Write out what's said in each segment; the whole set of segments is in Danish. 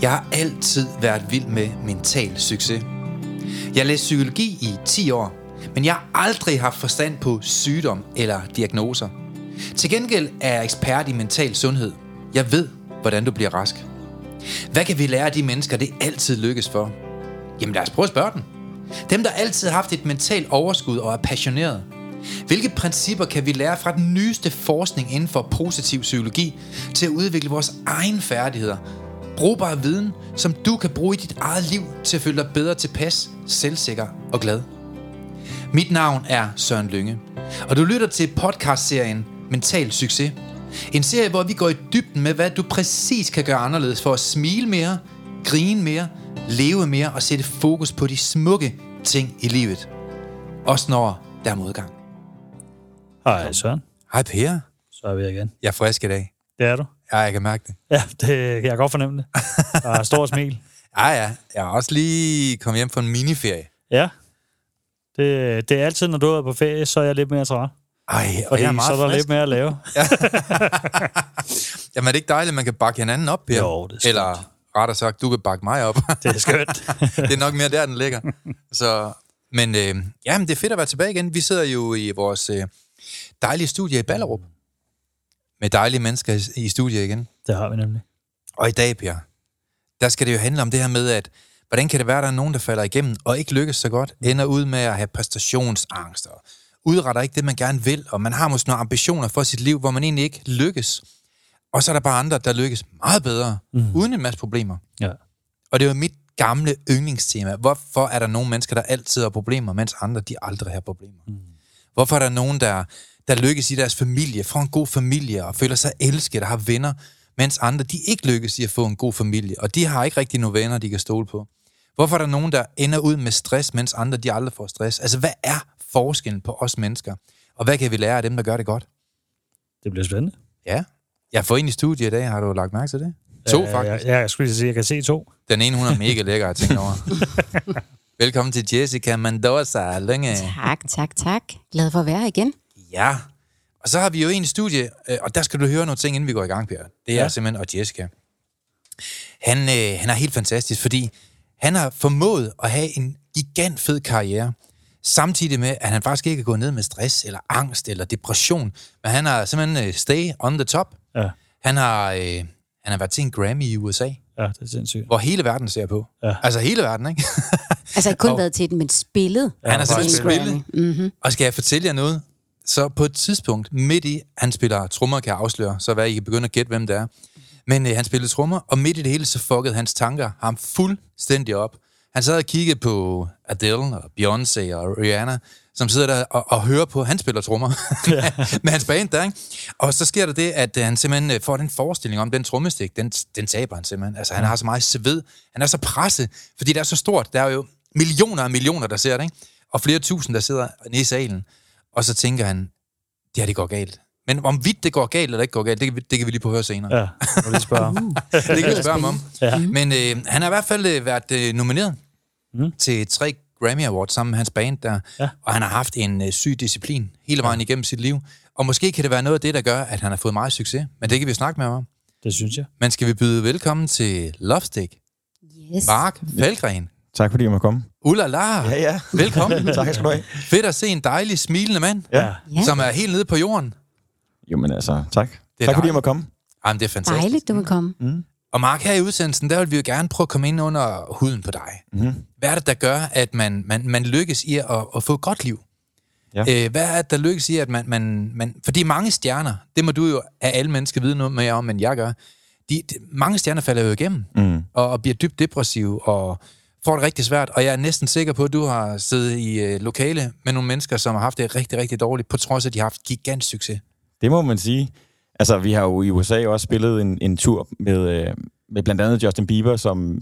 Jeg har altid været vild med mental succes. Jeg læste psykologi i 10 år, men jeg har aldrig haft forstand på sygdom eller diagnoser. Til gengæld er jeg ekspert i mental sundhed. Jeg ved, hvordan du bliver rask. Hvad kan vi lære af de mennesker, det altid lykkes for? Jamen lad os prøve at spørge dem. Dem, der altid har haft et mentalt overskud og er passioneret. Hvilke principper kan vi lære fra den nyeste forskning inden for positiv psykologi til at udvikle vores egne færdigheder? Brugbar viden, som du kan bruge i dit eget liv til at føle dig bedre tilpas, selvsikker og glad. Mit navn er Søren Lynge, og du lytter til podcastserien Mental Succes. En serie, hvor vi går i dybden med, hvad du præcis kan gøre anderledes for at smile mere, grine mere, leve mere og sætte fokus på de smukke ting i livet. Også når der er modgang. Hej Søren. Hej Per. Så er vi igen. Jeg er frisk i dag. Det er du. Ja, jeg kan mærke det. Ja, det kan jeg godt fornemme det. Der er stor smil. Ja. Jeg er også lige kommet hjem fra en miniferie. Ja. Det er altid, når du er på ferie, så er jeg lidt mere træt. Ej, og jeg er meget så er der frisk. lidt mere at lave. Ja. Jamen er det ikke dejligt, at man kan bakke hinanden op, Per? Jo, det er skønt. Eller rettere sagt, du kan bakke mig op. Det er skønt. Det er nok mere der, den ligger. Så, men men det er fedt at være tilbage igen. Vi sidder jo i vores dejlige studie i Ballerup. Med dejlige mennesker i studiet igen. Det har vi nemlig. Og i dag, Per, der skal det jo handle om det her med, at hvordan kan det være, at der er nogen, der falder igennem og ikke lykkes så godt, ender ud med at have præstationsangst og udretter ikke det, man gerne vil, og man har måske nogle ambitioner for sit liv, hvor man egentlig ikke lykkes. Og så er der bare andre, der lykkes meget bedre, uden en masse problemer. Ja. Og det er jo mit gamle yndlingstema. Hvorfor er der nogle mennesker, der altid har problemer, mens andre, de aldrig har problemer? Hvorfor er der nogen, der lykkes i deres familie, får en god familie, og føler sig elsket og har venner, mens andre, de ikke lykkes i at få en god familie, og de har ikke rigtig nogen venner, de kan stole på? Hvorfor er der nogen, der ender ud med stress, mens andre, de aldrig får stress? Altså, hvad er forskellen på os mennesker? Og hvad kan vi lære af dem, der gør det godt? Det bliver spændende. Ja. Jeg får en i studiet i dag, har du lagt mærke til det? 2 faktisk. Ja, jeg skulle lige sige, jeg kan se 2. Den ene, hun er mega lækker, jeg tænker over. Velkommen til Jessica Mendoza Lynge. Tak. Glad for at være her igen. Ja, og så har vi jo en i studiet, og der skal du høre nogle ting, inden vi går i gang, Per. Det er simpelthen, og Jessica. Han er helt fantastisk, fordi han har formået at have en gigant fed karriere, samtidig med, at han faktisk ikke er gået ned med stress, eller angst, eller depression, men han har simpelthen stay on the top. Ja. Han har været til en Grammy i USA. Ja, det er sindssygt. Hvor hele verden ser på. Ja. Altså hele verden, ikke? Altså ikke kun været til den, men spillet. Han har simpelthen spillet. Mm-hmm. Og skal jeg fortælle jer noget? Så på et tidspunkt, midt i, han spiller trommer, kan jeg afsløre, så hvad I kan begynde at gætte, hvem det er. Men han spillede trommer, og midt i det hele, så fuckede hans tanker ham fuldstændig op. Han sad og kiggede på Adele og Beyoncé og Rihanna, som sidder der og hører på, han spiller trommer med hans band der, ikke? Og så sker der det, at han simpelthen får den forestilling om, den trommestik, den taber han simpelthen. Altså han har så meget sved, han er så presset, fordi det er så stort. Der er jo millioner og millioner, der ser det, ikke? Og flere tusind, der sidder nede i salen. Og så tænker han, det går galt. Men hvorvidt det går galt eller ikke går galt, det kan vi lige på høre senere. Ja, må lige spørge. Det kan vi spørge ham om. Ja. Men han har i hvert fald været nomineret til 3 Grammy Awards sammen med hans band der. Ja. Og han har haft en syg disciplin hele vejen igennem sit liv. Og måske kan det være noget af det, der gør, at han har fået meget succes. Men det kan vi snakke med ham om. Det synes jeg. Men skal vi byde velkommen til Lovestick? Yes. Mark Falkgren. Tak fordi jeg må komme. Ulala. Ja. Velkommen. Tak skal du have. Fedt at se en dejlig, smilende mand, Ja. som er helt nede på jorden. Jo, men altså, tak. er Tak fordi jeg må komme. Jamen, det er fantastisk. Dejligt, du vil komme. Og Mark, her i udsendelsen, der vil vi jo gerne prøve at komme ind under huden på dig. Hvad er det, der gør, at man lykkes i at få et godt liv? Ja. Hvad er det, der lykkes i, at man... Fordi mange stjerner, det må du jo af alle mennesker vide noget mere om, end jeg gør. Mange stjerner falder jo igennem, og bliver dybt depressive, og får det rigtig svært. Og jeg er næsten sikker på, at du har siddet i lokale med nogle mennesker, som har haft det rigtig, rigtig dårligt, på trods af, at de har haft gigant succes. Det må man sige. Altså, vi har jo i USA også spillet en tur med blandt andet Justin Bieber,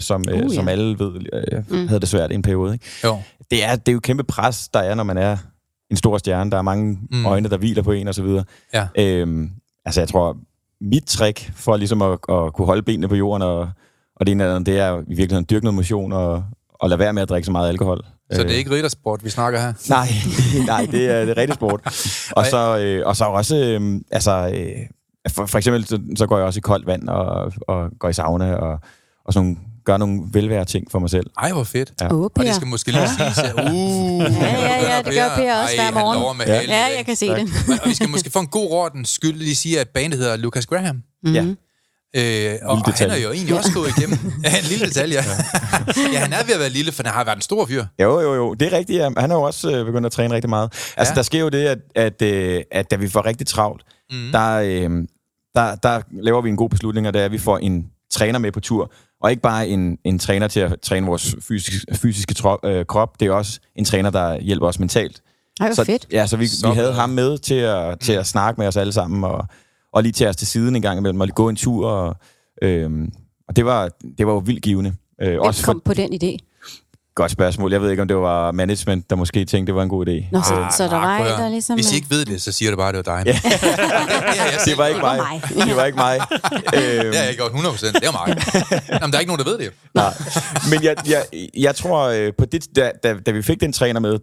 som alle ved havde det svært i en periode. Ikke? Jo. Det er jo kæmpe pres, der er, når man er en stor stjerne. Der er mange øjne, der hviler på en og så videre. Ja. Altså, jeg tror, mit trick for ligesom at kunne holde benene på jorden og det ene eller andet, det er i virkeligheden dyrke noget motion og lade være med at drikke så meget alkohol. Så det er ikke riddersport, vi snakker her? Nej, det er rigtig sport. Og så også, for eksempel, så går jeg også i koldt vand og går i sauna og sådan gøre nogle velvære ting for mig selv. Ej, hvor fedt. Ja. Og det skal måske lige siges, ja, det gør Per også hver morgen. Ja, jeg kan se det. Og vi skal måske for en god ordens skyld lige sige, at bandet hedder Lucas Graham. Ja. Og han er jo egentlig også gået igennem. Ja, en lille detalje, ja. Ja, han er ved at være lille, for han har været en stor fyr. Jo. Det er rigtigt, ja. Han har jo også begyndt at træne rigtig meget. Altså, der sker jo det, at da vi får rigtig travlt, der laver vi en god beslutning, og det er, at vi får en træner med på tur. Og ikke bare en træner til at træne vores fysiske krop, det er også en træner, der hjælper os mentalt. Ej, hvor fedt. Ja, så vi havde ham med til at snakke med os alle sammen, og lige tage os til siden en gang imellem, og lige gå en tur, og det var jo vildt givende. Hvem kom på den idé? Godt spørgsmål. Jeg ved ikke, om det var management, der måske tænkte, det var en god idé. Nå, så der var en, der ligesom... Hvis I ikke ved det, så siger det bare, at det var dig. Ja. Det var ikke mig. Det var ikke mig. Det har jeg gjort 100%. Det er mig. Jamen, der er ikke nogen, der ved det. Nej. Men jeg tror, på det, da vi fik den træner med,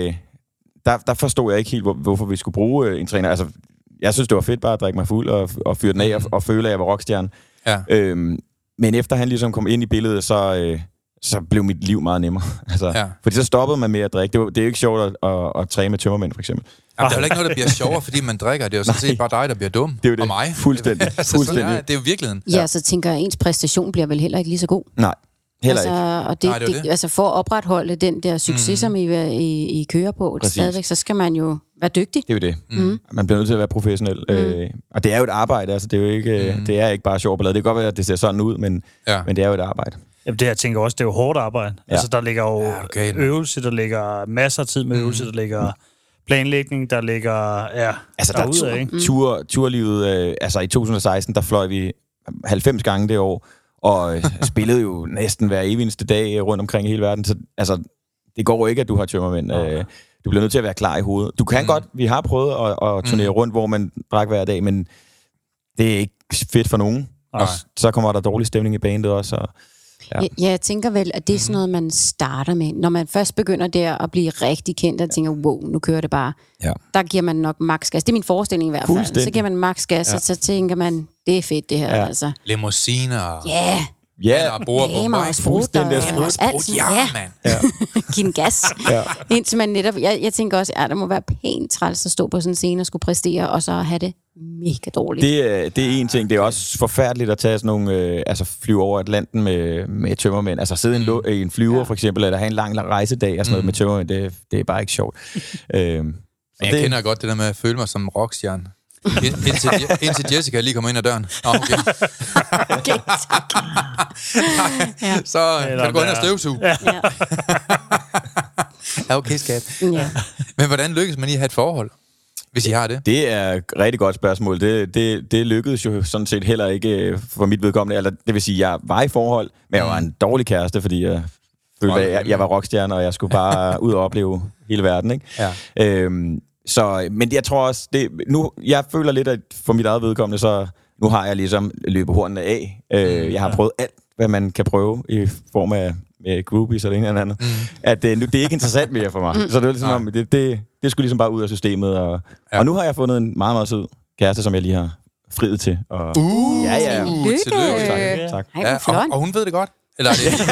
der forstod jeg ikke helt, hvorfor vi skulle bruge en træner. Altså, jeg synes, det var fedt bare at drikke mig fuld og fyre den af og føle, at jeg var rockstjerne. Ja. Men efter han ligesom kom ind i billedet, så blev mit liv meget nemmere. Altså, fordi så stoppede man med at drikke. Det er jo ikke sjovt at træne med tømmermænd, for eksempel. Jamen, der er jo ikke noget, der bliver sjovere, fordi man drikker. Det er jo sådan set bare dig, der bliver dum. Det er jo det. Og mig. Fuldstændig. Fuldstændig. Det er jo virkeligheden. Ja, så tænker jeg, ens præstation bliver vel heller ikke lige så god. Nej, heller ikke. Og det. Altså for at opretholde den der succes, som I kører på, stadigvæk, så skal man jo være dygtig. Det er jo det. Man bliver nødt til at være professionel. Og det er jo et arbejde. Altså, det er jo ikke, det er ikke bare sjov ballade. Det kan godt være, at det ser sådan ud, men det er jo et arbejde. Jamen det, jeg tænker også, det er jo hårdt arbejde. Ja. Altså, der ligger jo øvelse, der ligger masser af tid med øvelse, der ligger planlægning, der ligger altså, derude, ikke? Turlivet, altså i 2016, der fløj vi 90 gange det år, og spillede jo næsten hver eneste dag rundt omkring i hele verden. Så altså, det går jo ikke, at du har tømmermænd. Du bliver nødt til at være klar i hovedet. Du kan godt, vi har prøvet at turnere rundt, hvor man drak hver dag, men det er ikke fedt for nogen. Og så kommer der dårlig stemning i bandet også, og ja, jeg tænker vel, at det er sådan noget, man starter med. Når man først begynder der at blive rigtig kendt, og tænker, wow, nu kører det bare. Ja. Der giver man nok max gas. Det er min forestilling i hvert fald. Så giver man max gas, og så tænker man, det er fedt det her. Altså. Limousiner. Ja. Ja, damer og sprutter. Ja, mand. Giv en gas. Indtil man netop, jeg tænker også, der må være pænt træls at stå på sådan en scene og skulle præstere, og så have det mega dårligt. Det er en ting. Det er også forfærdeligt at tage sådan nogle, flyve over Atlanten med tømmermænd. Altså sidde i en flyver for eksempel, eller have en lang rejsedag og sådan noget med tømmermænd. Det er bare ikke sjovt. Men jeg kender godt det der med at føle mig som rockstjerne. Indtil Jessica lige kommer ind ad døren. Okay. Okay, tak. Så kan du gå ind og støvsuge. Ja, okay, skat. Ja. Men hvordan lykkes man i at have et forhold, hvis I har det? Det er et rigtig godt spørgsmål. Det lykkedes jo sådan set heller ikke for mit vedkommende. Eller, det vil sige, jeg var i forhold, men jeg var en dårlig kæreste, fordi jeg følte, at jeg var rockstjerne, og jeg skulle bare ud og opleve hele verden. Ikke? Ja. Men jeg tror også, jeg føler lidt, at for mit eget vedkommende, så nu har jeg ligesom løbet hornene af. Jeg har prøvet alt, hvad man kan prøve i form af groupies eller en eller andet. At det er ikke interessant mere for mig. Så det er ligesom, det skulle ligesom bare ud af systemet. Og nu har jeg fundet en meget, meget sød kæreste, som jeg lige har friet til. Og, tillykke. Tak. Og hun ved det godt? Eller er det ikke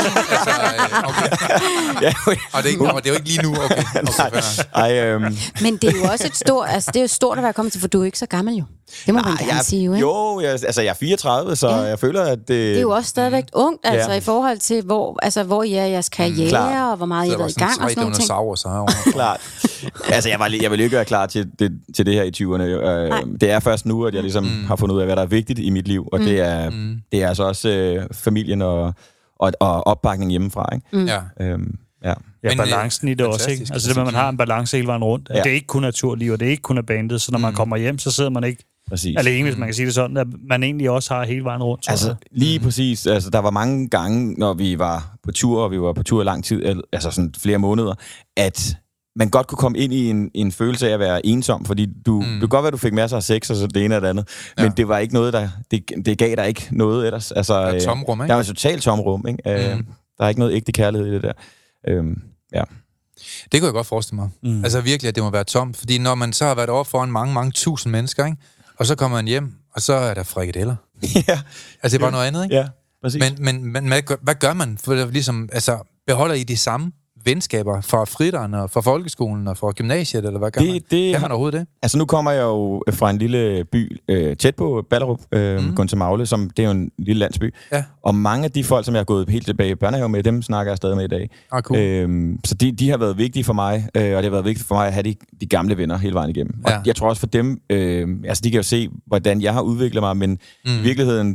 og det er jo ikke lige nu. Men det er jo også et stort, det er jo stort at være kommet til, for du er ikke så gammel jo. Det må man gerne sige jo, ikke? Jo, jeg er 34, så jeg føler, at det er jo også stadigvæk ungt, altså i forhold til, hvor I er i jeres karriere, og hvor meget I har været i gang og sådan nogle ting. Klart. Altså, jeg vil ikke være klar til det her i 20'erne. Det er først nu, at jeg ligesom har fundet ud af, hvad der er vigtigt i mit liv, og det er altså også familien og opbakning hjemmefra, ikke? Ja, balancen i det også, ikke? Altså det med, at man har en balance hele vejen rundt. Det er ikke kun naturliv, og det er ikke kun af bandet, så når man kommer hjem, så sidder man ikke alene, hvis man kan sige det sådan, at man egentlig også har hele vejen rundt. Altså lige præcis, altså der var mange gange, når vi var på tur, og vi var på tur i lang tid, altså sådan flere måneder, at man godt kunne komme ind i en følelse af at være ensom, fordi det kan godt være, at du fik masser af sex og så det ene og det andet, men det var ikke noget, det gav dig ikke noget ellers. Altså, der er tomrum, ikke? Der var totalt tomrum, ikke? Der er ikke noget ægte kærlighed i det der. Det kunne jeg godt forestille mig. Altså virkelig, at det må være tomt, fordi når man så har været over foran mange, mange tusind mennesker, ikke? Og så kommer man hjem, og så er der frikadeller. Altså det er bare noget andet, ikke? Ja. Men hvad gør man? For ligesom, altså, beholder I de samme venskaber fra fritteren og fra folkeskolen og fra gymnasiet, eller hvad gør man? Kan man overhovedet det? Altså, nu kommer jeg jo fra en lille by tæt på Ballerup, Guntermagle, som det er jo en lille landsby. Ja. Og mange af de folk, som jeg har gået helt tilbage i børnehave med, dem snakker jeg stadig med i dag. Cool. Så de har været vigtige for mig, og det har været vigtigt for mig at have de gamle venner hele vejen igennem. Ja. Og jeg tror også for dem, altså de kan jo se, hvordan jeg har udviklet mig, men i virkeligheden,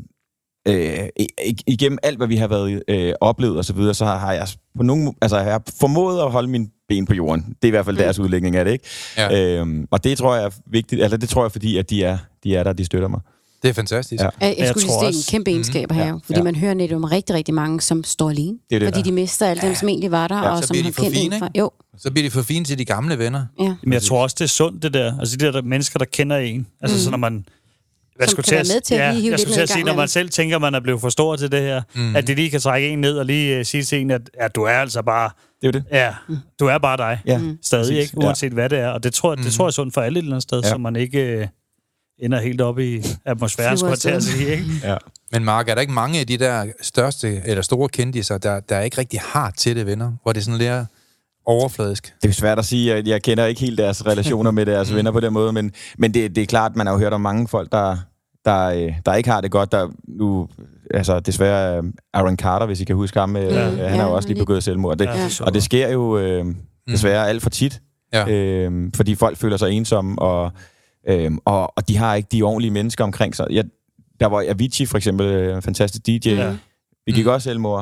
igennem alt, hvad vi har været oplevet og så videre, så har jeg jeg har formået at holde mine ben på jorden. Det er i hvert fald deres udlægning af det, ikke? Ja. Og det tror jeg er vigtigt, altså det tror jeg, fordi at de er der, de støtter mig. Det er fantastisk. Ja. Jeg skulle sige, det er en kæmpe egenskab her, fordi man hører netop om rigtig, rigtig mange, som står alene, fordi de mister alle dem, som egentlig var der, og som har kendt en fra. Jo. Så bliver de for fine til de gamle venner. Ja. Men jeg tror også, det er sundt, det der. Altså de der mennesker, der kender en. Altså så når man... Jeg skulle til at sige, når man selv tænker, man er blevet for stor til det her, at de lige kan trække en ned og lige sige til en, at du er altså bare... Det er det. Ja, du er bare dig. Ja. Stadig, ikke? Uanset hvad det er. Og det tror jeg er sundt for alle et eller andet sted, så man ikke ender helt op i atmosfæren, skulle jeg til at sige, ikke? Ja. Men Mark, er der ikke mange af de der største eller store kendiser, der ikke rigtig har tætte venner, hvor det er sådan lidt overfladisk? Det er svært at sige. Jeg kender ikke helt deres relationer med deres venner på den måde, men det er klart, man har jo hørt om mange folk, der ikke har det godt. Der nu, altså desværre Aaron Carter, hvis I kan huske ham, han har jo også lige begået selvmord. Og det sker jo desværre alt for tit, fordi folk føler sig ensomme, og de har ikke de ordentlige mennesker omkring sig. Der var Avicii for eksempel, en fantastisk DJ. Ja. Vi gik også selvmord.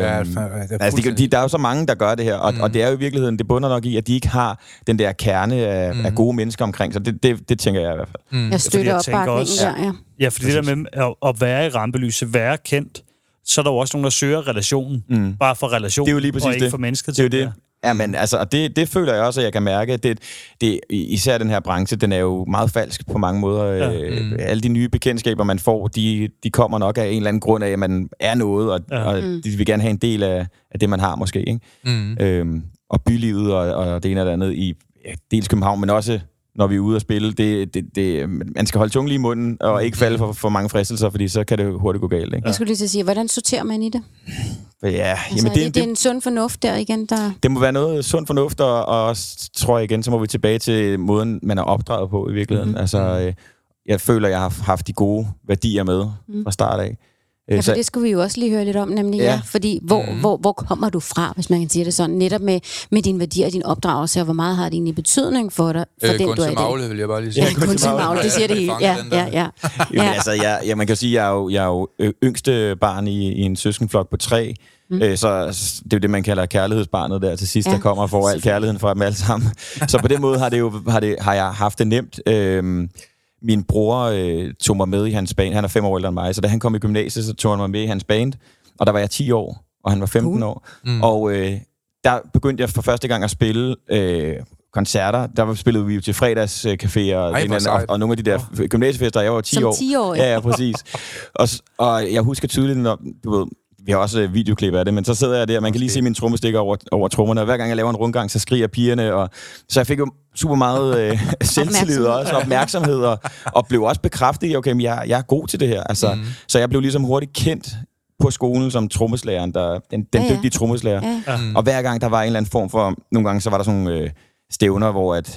Der er jo så mange, der gør det her, og det er jo i virkeligheden, det bunder nok i, at de ikke har den der kerne af gode mennesker omkring sig. Det tænker jeg i hvert fald. Jeg støtter opbakningen der, Ja, fordi det der med at være i rampelyset, være kendt, så er der jo også nogen, der søger relationen. Bare for relationen, det er jo lige præcis og ikke det. for mennesket. Det er jo det. Ja, men altså, det føler jeg også, at jeg kan mærke. Det, især den her branche, den er jo meget falsk på mange måder. Alle de nye bekendtskaber, man får, de kommer nok af en eller anden grund af, at man er noget, og de vil gerne have en del af det, man har måske. Ikke? Og bylivet og det ene og det andet i dels København, men også når vi er ude at spille. Man skal holde tungen lige i munden, og ikke falde for mange fristelser, fordi så kan det hurtigt gå galt. Ikke? Jeg skulle lige til at sige, hvordan sorterer man i det? Ja, altså, det er en sund fornuft der igen, der... Det må være noget sund fornuft, og tror jeg igen, så må vi tilbage til måden, man er opdraget på i virkeligheden. Altså, jeg føler, jeg har haft de gode værdier med fra start af. Ja, for det skulle vi jo også lige høre lidt om, nemlig fordi hvor kommer du fra, hvis man kan sige det sådan, netop med dine værdier og din opdragelse, og hvor meget har det egentlig betydning for dig, for den du er i dag? Magle, vil jeg bare lige sige. Ja, kun til Magle, det siger det hele. Ja. Jamen, altså, man kan jo sige, at jeg er jo yngste barn i en søskenflok på 3, så det er jo det, man kalder kærlighedsbarnet der til sidst, der kommer for al kærligheden fra dem alle sammen. Så på den måde har jeg haft det nemt. Min bror tog mig med i hans band. Han er 5 år ældre end mig, så da han kom i gymnasiet, så tog han mig med i hans band. Og der var jeg 10 år, og han var 15 år. Og der begyndte jeg for første gang at spille koncerter. Der spillede vi jo til fredagscaféer og nogle af de der gymnasiefester. Jeg var 10 år. Som 10 år, ja, præcis. Og jeg husker tydeligt, når du ved, vi har også videoklip af det, men så sidder jeg der, man kan lige se mine trommestikker over trommerne, og hver gang jeg laver en rundgang, så skriger pigerne, og så jeg fik jo super meget selvtillid og også opmærksomhed, og blev også bekræftet i, okay, men jeg er god til det her. Altså, så jeg blev ligesom hurtigt kendt på skolen som trommeslageren, den dygtige trommeslager. Og hver gang der var en eller anden form for, nogle gange så var der sådan nogle stævner,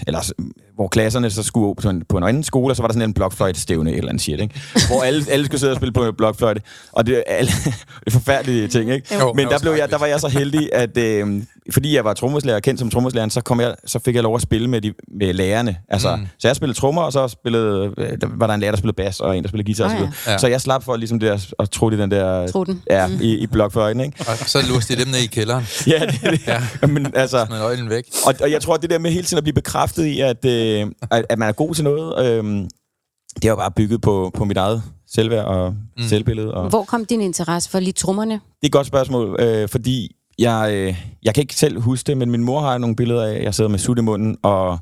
hvor klasserne så skulle på en anden skole, og så var der sådan en blokfløjte-stævne, et eller andet shit, ikke? Hvor alle skulle sidde og spille på blokfløjte. Og det er forfærdelige ting, ikke? Men der var jeg så heldig, at fordi jeg var trommeslager, kendt som trommeslageren, så fik jeg lov at spille med lærerne. Altså, så jeg spillede trommer, og så var der en lærer, der spillede bas, og en, der spillede guitar og så videre. Ja. Så jeg slap for ligesom det at tro det den der i blokfløjten, ikke? Og så låste de dem ned i kælderen. Ja, det. Ja. Men altså, med øjlen væk. Og jeg tror, at det der med hele tiden at blive bekræftet i, at man er god til noget, det er jo bare bygget på mit eget selvværd og selvbillede. Og hvor kom din interesse for lige trommerne? Det er et godt spørgsmål, fordi jeg kan ikke selv huske det, men min mor har nogle billeder af, jeg sidder med sut i munden og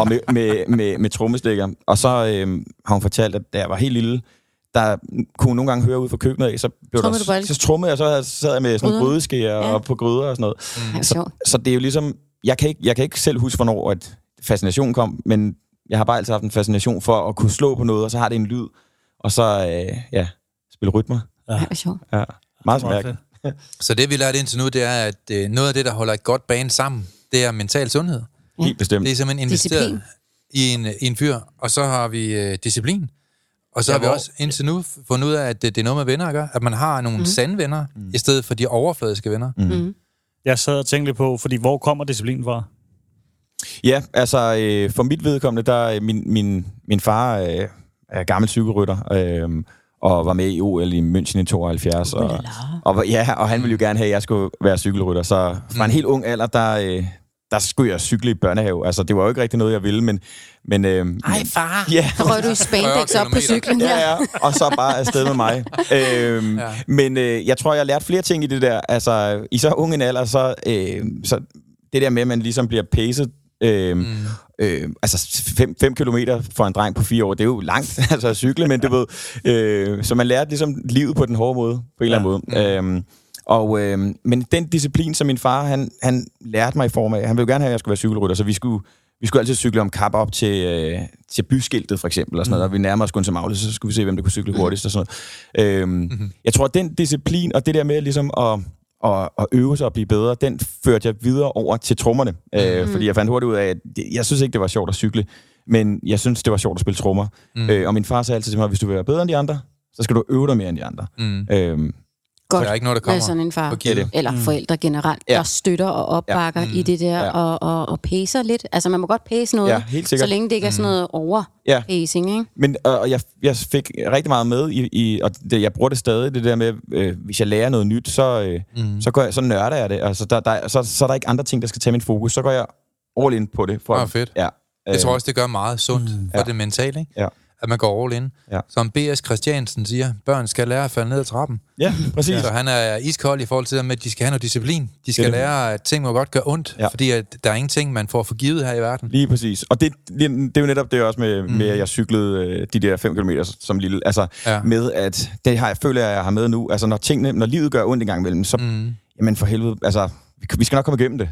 med trommestikker. Og så har hun fortalt, at da jeg var helt lille, der kunne hun nogle gange høre ud fra køkkenet af, så trommede jeg, så sad jeg med sådan nogle grydeskærer og på gryder og sådan noget. Så det er jo ligesom, jeg kan ikke selv huske, hvornår at fascinationen kom, men jeg har bare altid haft en fascination for at kunne slå på noget, og så har det en lyd, og så spille rytmer. Ja. Ja. Meget mærkeligt. Så det, vi lærte indtil nu, det er, at noget af det, der holder et godt band sammen, det er mental sundhed. Helt bestemt. Det er simpelthen investeret i en fyr, og så har vi disciplin. Og så har vi også indtil nu fundet ud af, at det er noget med venner at gøre. At man har nogle sande venner, i stedet for de overfladiske venner. Jeg sad og tænkte på, fordi hvor kommer disciplinen fra? Ja, altså for mit vedkommende, der min far er gammel cykelrytter, og var med i OL i München i 72. Og han ville jo gerne have, at jeg skulle være cykelrytter. Så fra en helt ung alder, der skulle jeg cykle i børnehave. Altså, det var jo ikke rigtig noget, jeg ville, men ej, far! Ja. Så røg du i spandex op på cyklen. Ja, og så bare afsted med mig. Men jeg tror, jeg har lært flere ting i det der. Altså, i så ung en alder, så det der med, at man ligesom bliver pacet, altså 5 kilometer for en dreng på 4 år, det er jo langt altså at cykle, men du ved, så man lærte ligesom livet på den hårde måde, på en eller anden måde. Men den disciplin, som min far, han lærte mig i form af, han ville jo gerne have, at jeg skulle være cykelrytter, så vi skulle altid cykle om kap op til byskiltet, for eksempel, og sådan noget, og vi nærmede os kun til Magle, så skulle vi se, hvem der kunne cykle hurtigst og sådan noget. Jeg tror, at den disciplin, og det der med ligesom at øve sig og blive bedre, den førte jeg videre over til trommerne. Fordi jeg fandt hurtigt ud af, at jeg synes ikke, det var sjovt at cykle, men jeg synes, det var sjovt at spille trommer. Og min far sagde altid til mig, hvis du vil være bedre end de andre, så skal du øve dig mere end de andre. Godt, der er ikke noget, der kommer sådan en far, eller forældre generelt, der støtter og opbakker i det der, og pacer lidt. Altså, man må godt pace noget, så længe det ikke er sådan noget overpacing, ikke? Men jeg fik rigtig meget med, og jeg bruger det stadig, det der med, hvis jeg lærer noget nyt, så nørder jeg det. Altså, så er der ikke andre ting, der skal tage min fokus. Så går jeg all in på det. Fedt. Ja. Jeg tror også, det gør meget sundt for det mentale, ikke? Ja. At man går all in. Ja. Som B.S. Christiansen siger, børn skal lære at falde ned ad trappen. Ja, præcis. Så han er iskold i forhold til det med, at de skal have noget disciplin. De skal lære, at ting må godt gøre ondt, fordi at der er ingenting, man får forgivet her i verden. Lige præcis. Og det er jo netop det også med at jeg cyklede de der 5 kilometer som lille. Altså med, at det har jeg føler, jeg har med nu. Altså når livet gør ondt en gang imellem, så jamen for helvede, altså vi skal nok komme igennem det.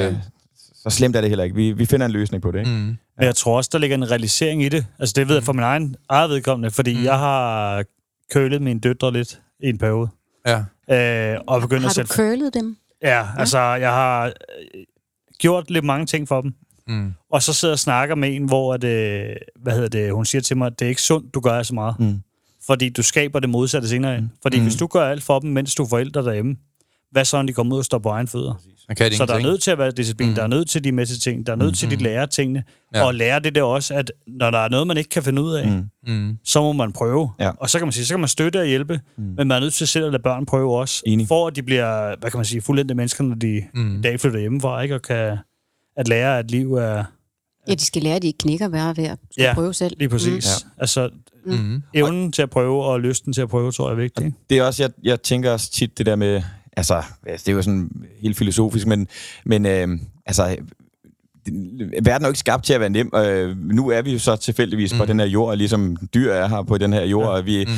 Så slemt er det heller ikke. Vi finder en løsning på det, ikke? Men jeg tror også, der ligger en realisering i det. Altså det ved jeg for min eget vedkommende, fordi jeg har kølet mine døtre lidt i en periode. Ja. Og begyndt har du kølet dem? Ja, altså jeg har gjort lidt mange ting for dem. Og så sidder jeg og snakker med en, hvor hun siger til mig, at det er ikke sundt, du gør så meget. Fordi du skaber det modsatte senere. Fordi hvis du gør alt for dem, mens du er forældre derhjemme, hvad så, når de kommer ud og står på egen fødder? Så der er nødt til at være disciplin, der er nødt til de mæssige ting, der er nødt til at de lærer tingene, og lære det der også, at når der er noget, man ikke kan finde ud af, så må man prøve. Ja. Og så kan man sige, så kan man støtte og hjælpe, men man er nødt til selv at lade børn prøve også, for at de bliver, hvad kan man sige, fuldendte mennesker, når de i dag flytter hjemmefra, ikke? Og kan at lære, at liv er... Ja, de skal lære, at de ikke knækker værre ved at prøve selv. Lige præcis. Altså, evnen til at prøve, og lysten til at prøve, tror jeg er vigtigt. Det er også, jeg tænker også tit det der med, altså, det er jo sådan helt filosofisk, men altså, verden er jo ikke skabt til at være nem. Nu er vi jo så tilfældigvis på den her jord, ligesom dyr er her på den her jord, og vi,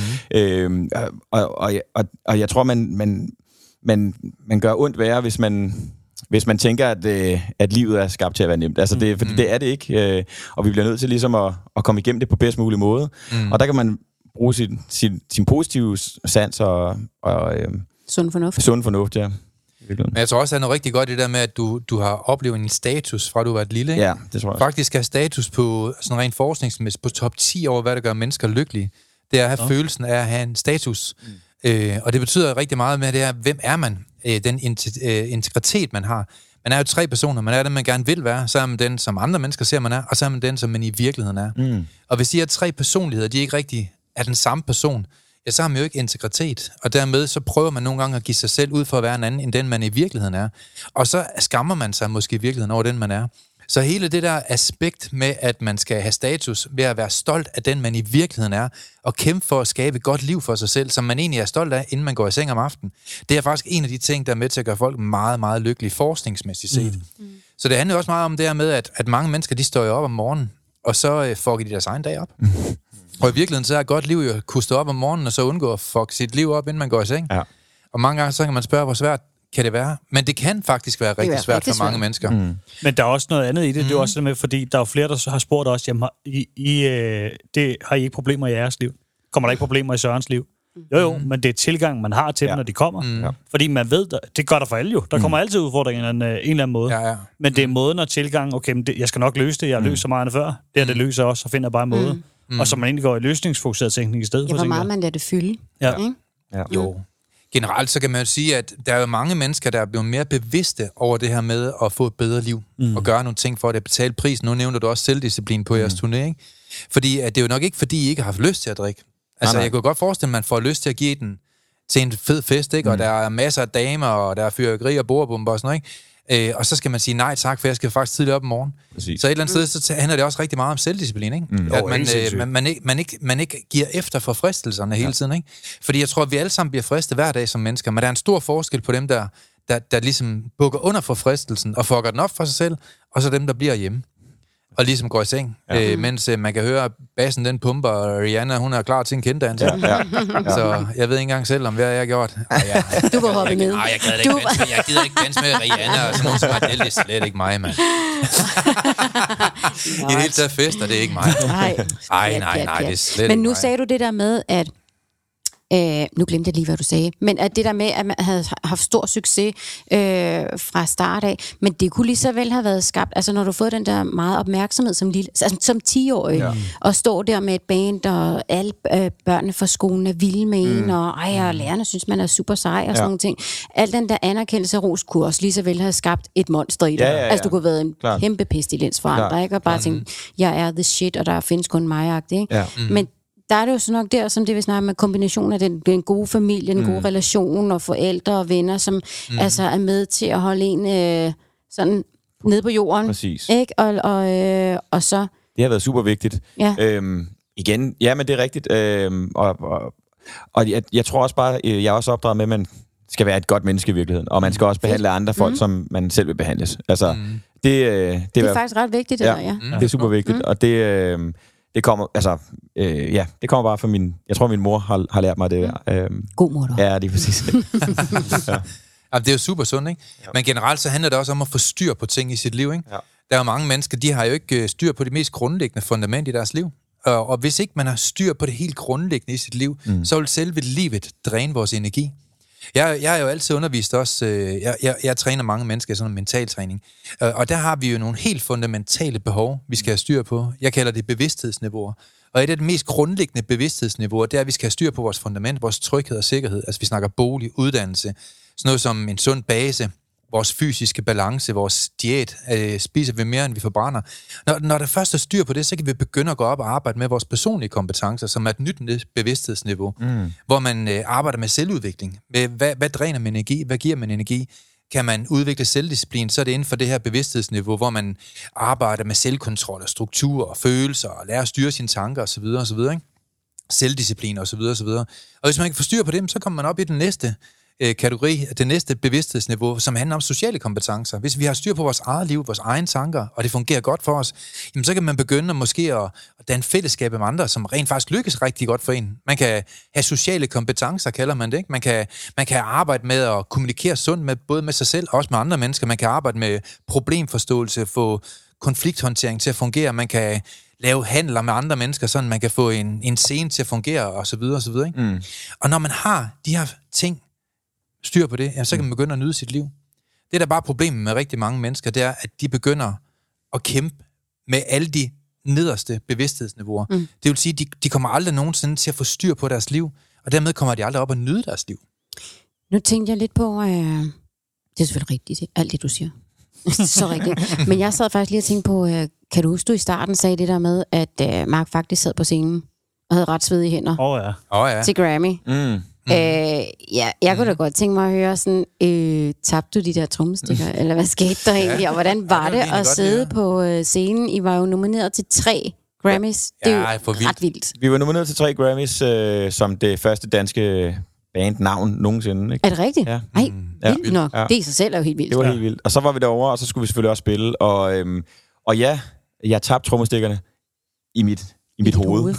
og jeg tror, man gør ondt værre, hvis man tænker, at livet er skabt til at være nemt. Altså fordi det er det ikke, og vi bliver nødt til ligesom at komme igennem det på bedst mulig måde. Og der kan man bruge sin positive sans og sund fornuft. Sund fornuft, ja. Men jeg tror også, at det er noget rigtig godt det der med, at du har oplevet en status, fra du var et lille, ikke? Ja, det tror jeg. Faktisk er status på sådan rent forskningsmæssigt på top 10 over, hvad der gør mennesker lykkelige. Det er at have følelsen af at have en status. Og det betyder rigtig meget med, det er, hvem er man? Den integritet, man har. Man er jo 3 personer. Man er den, man gerne vil være. Så er man den, som andre mennesker ser, man er. Og så er man den, som man i virkeligheden er. Og hvis I har 3 personligheder, de ikke rigtig er den samme person, ja, så har man jo ikke integritet. Og dermed så prøver man nogle gange at give sig selv ud for at være en anden, end den, man i virkeligheden er. Og så skammer man sig måske i virkeligheden over den, man er. Så hele det der aspekt med, at man skal have status ved at være stolt af den, man i virkeligheden er, og kæmpe for at skabe et godt liv for sig selv, som man egentlig er stolt af, inden man går i seng om aftenen, det er faktisk en af de ting, der er med til at gøre folk meget, meget lykkelige forskningsmæssigt set. Så det handler også meget om det her med, at mange mennesker, de står jo op om morgenen, og så fucker de deres egen dag op. Og i virkeligheden så er et godt liv jo at kunne stå op om morgenen, og så undgå at fuck sit liv op, inden man går i seng. Ja. Og mange gange så kan man spørge, hvor svært kan det være? Men det kan faktisk være rigtig svært for mange mennesker. Men der er også noget andet i det. Det er også det med, fordi der er jo flere, der har spurgt os, jamen, det har I ikke problemer i jeres liv? Kommer der ikke problemer i Sørens liv? Jo, men det er tilgang, man har til dem, når de kommer. Fordi man ved, det gør der for alle jo. Der kommer altid udfordringer en eller anden måde. Ja. Men det er måden og tilgang, okay, men jeg skal nok løse det. Jeg har løst så meget før. Det løser også, og finder bare en måde. Og så man egentlig går i løsningsfokuseret tænkning i stedet for. Hvor meget man lader det fylde. Ja. Jo. Generelt så kan man jo sige, at der er jo mange mennesker, der er blevet mere bevidste over det her med at få et bedre liv. Og gøre nogle ting for at betale prisen. Nu nævner du også selvdisciplin på jeres turné, ikke? Fordi at det er jo nok ikke, fordi I ikke har haft lyst til at drikke. Altså, jeg kunne godt forestille, at man får lyst til at give den til en fed fest, ikke? Og der er masser af damer, og der er fyrværkeri og bordbomber og sådan noget, ikke? Og så skal man sige nej tak, for jeg skal faktisk tidligt op i morgen. Præcis. Så et eller andet sted, så handler det også rigtig meget om selvdisciplin, ikke? At man ikke giver efter for fristelserne hele tiden, ikke? Fordi jeg tror, at vi alle sammen bliver fristet hver dag som mennesker, men der er en stor forskel på dem, der ligesom bukker under for fristelsen og fucker den op for sig selv, og så dem, der bliver hjemme. Og ligesom går i seng, mens man kan høre, bassen den pumper, og Rihanna, hun er klar til en kenddans. Ja. Så jeg ved ikke engang selv, om hvad jeg har gjort. Du var hoppet ned. Jeg gider ikke danse med Rihanna, og sådan nogen som det er slet ikke mig, mand. I det hele taget fester, det er ikke mig. Nej, det er slet ikke Men nu mig. sagde du det der med, at nu glemte jeg lige, hvad du sagde. Men at det der med, at man havde haft stor succes fra start af, men det kunne lige så vel have været skabt, altså når du har fået den der meget opmærksomhed som 10-årig, og stå der med et band, og alle børnene fra skolen er vilde med en, og lærerne synes, man er super sej, og sådan nogle ting. Al den der anerkendelse af ros kunne også lige så vel have skabt et monster i dig. Altså du kunne have været en kæmpe pestilens for andre, ikke? Og bare tænke, jeg er the shit, og der findes kun mig-agtigt, ikke? Men der er det jo så nok der, som det vi snakker med, kombination af den gode familie, den gode relation og forældre og venner, som altså er med til at holde en sådan nede på jorden. Præcis. Ikke? Og så... Det har været super vigtigt. Ja. Igen, ja, men det er rigtigt. Og jeg tror også bare, jeg er også opdraget med, at man skal være et godt menneske i virkeligheden. Og man skal også behandle andre folk, som man selv vil behandles. Altså, det er faktisk ret vigtigt, det der, ja. Det er super vigtigt, og det kommer, altså, det kommer bare fra jeg tror, min mor har lært mig det der. God mor, du. Ja, det er præcis. Ja, det er jo super sundt, ikke? Ja. Men generelt så handler det også om at få styr på ting i sit liv, ikke? Ja. Der er jo mange mennesker, de har jo ikke styr på det mest grundlæggende fundament i deres liv. Og hvis ikke man har styr på det helt grundlæggende i sit liv, så vil selve livet dræne vores energi. Jeg er jo altid undervist også, jeg træner mange mennesker i sådan en mentaltræning, og der har vi jo nogle helt fundamentale behov, vi skal have styr på. Jeg kalder det bevidsthedsniveauer. Og et af de mest grundlæggende bevidsthedsniveauer, det er, at vi skal have styr på vores fundament, vores tryghed og sikkerhed. Altså vi snakker bolig, uddannelse, sådan noget som en sund base, vores fysiske balance, vores diæt, spiser vi mere, end vi forbrænder. Når der først er styr på det, så kan vi begynde at gå op og arbejde med vores personlige kompetencer, som er et nyt bevidsthedsniveau, hvor man arbejder med selvudvikling. Hvad dræner man energi? Hvad giver man energi? Kan man udvikle selvdisciplin, så er det inden for det her bevidsthedsniveau, hvor man arbejder med selvkontrol og struktur og følelser og lærer at styre sine tanker osv. Ikke? Selvdisciplin osv. Og hvis man ikke får styr på dem, så kommer man op i den næste kategori, det næste bevidsthedsniveau, som handler om sociale kompetencer. Hvis vi har styr på vores eget liv, vores egne tanker, og det fungerer godt for os, jamen så kan man begynde at måske at danne fællesskab med andre, som rent faktisk lykkes rigtig godt for en. Man kan have sociale kompetencer, kalder man det, ikke? Man kan arbejde med at kommunikere sundt med både med sig selv og også med andre mennesker. Man kan arbejde med problemforståelse, få konflikthåndtering til at fungere. Man kan lave handler med andre mennesker, sådan man kan få en scene til at fungere, og så videre, og så videre. Ikke? Og når man har de her ting styr på det, så kan man begynde at nyde sit liv. Det, der bare problemet med rigtig mange mennesker, det er, at de begynder at kæmpe med alle de nederste bevidsthedsniveauer. Det vil sige, de kommer aldrig nogensinde til at få styr på deres liv, og dermed kommer de aldrig op at nyde deres liv. Nu tænkte jeg lidt på, det er selvfølgelig rigtigt, alt det, du siger. Så rigtigt. Men jeg sad faktisk lige og tænkte på, kan du huske, du i starten sagde det der med, at Mark faktisk sad på scenen og havde ret svedige hænder til Grammy. Jeg kunne da godt tænke mig at høre sådan, tabte du de der trommestikker, eller hvad skete der egentlig, og hvordan var det at sidde på scenen? I var jo nomineret til 3 Grammys. Det er jo ret vildt. Vi var nomineret til 3 Grammys som det første danske bandnavn nogensinde. Ikke? Er det rigtigt? Ja. Nej, vildt nok. Ja. Det i sig selv er jo helt vildt. Det var helt vildt. Og så var vi derovre, og så skulle vi selvfølgelig også spille. Og ja, jeg tabte trommestikkerne i mit hoved.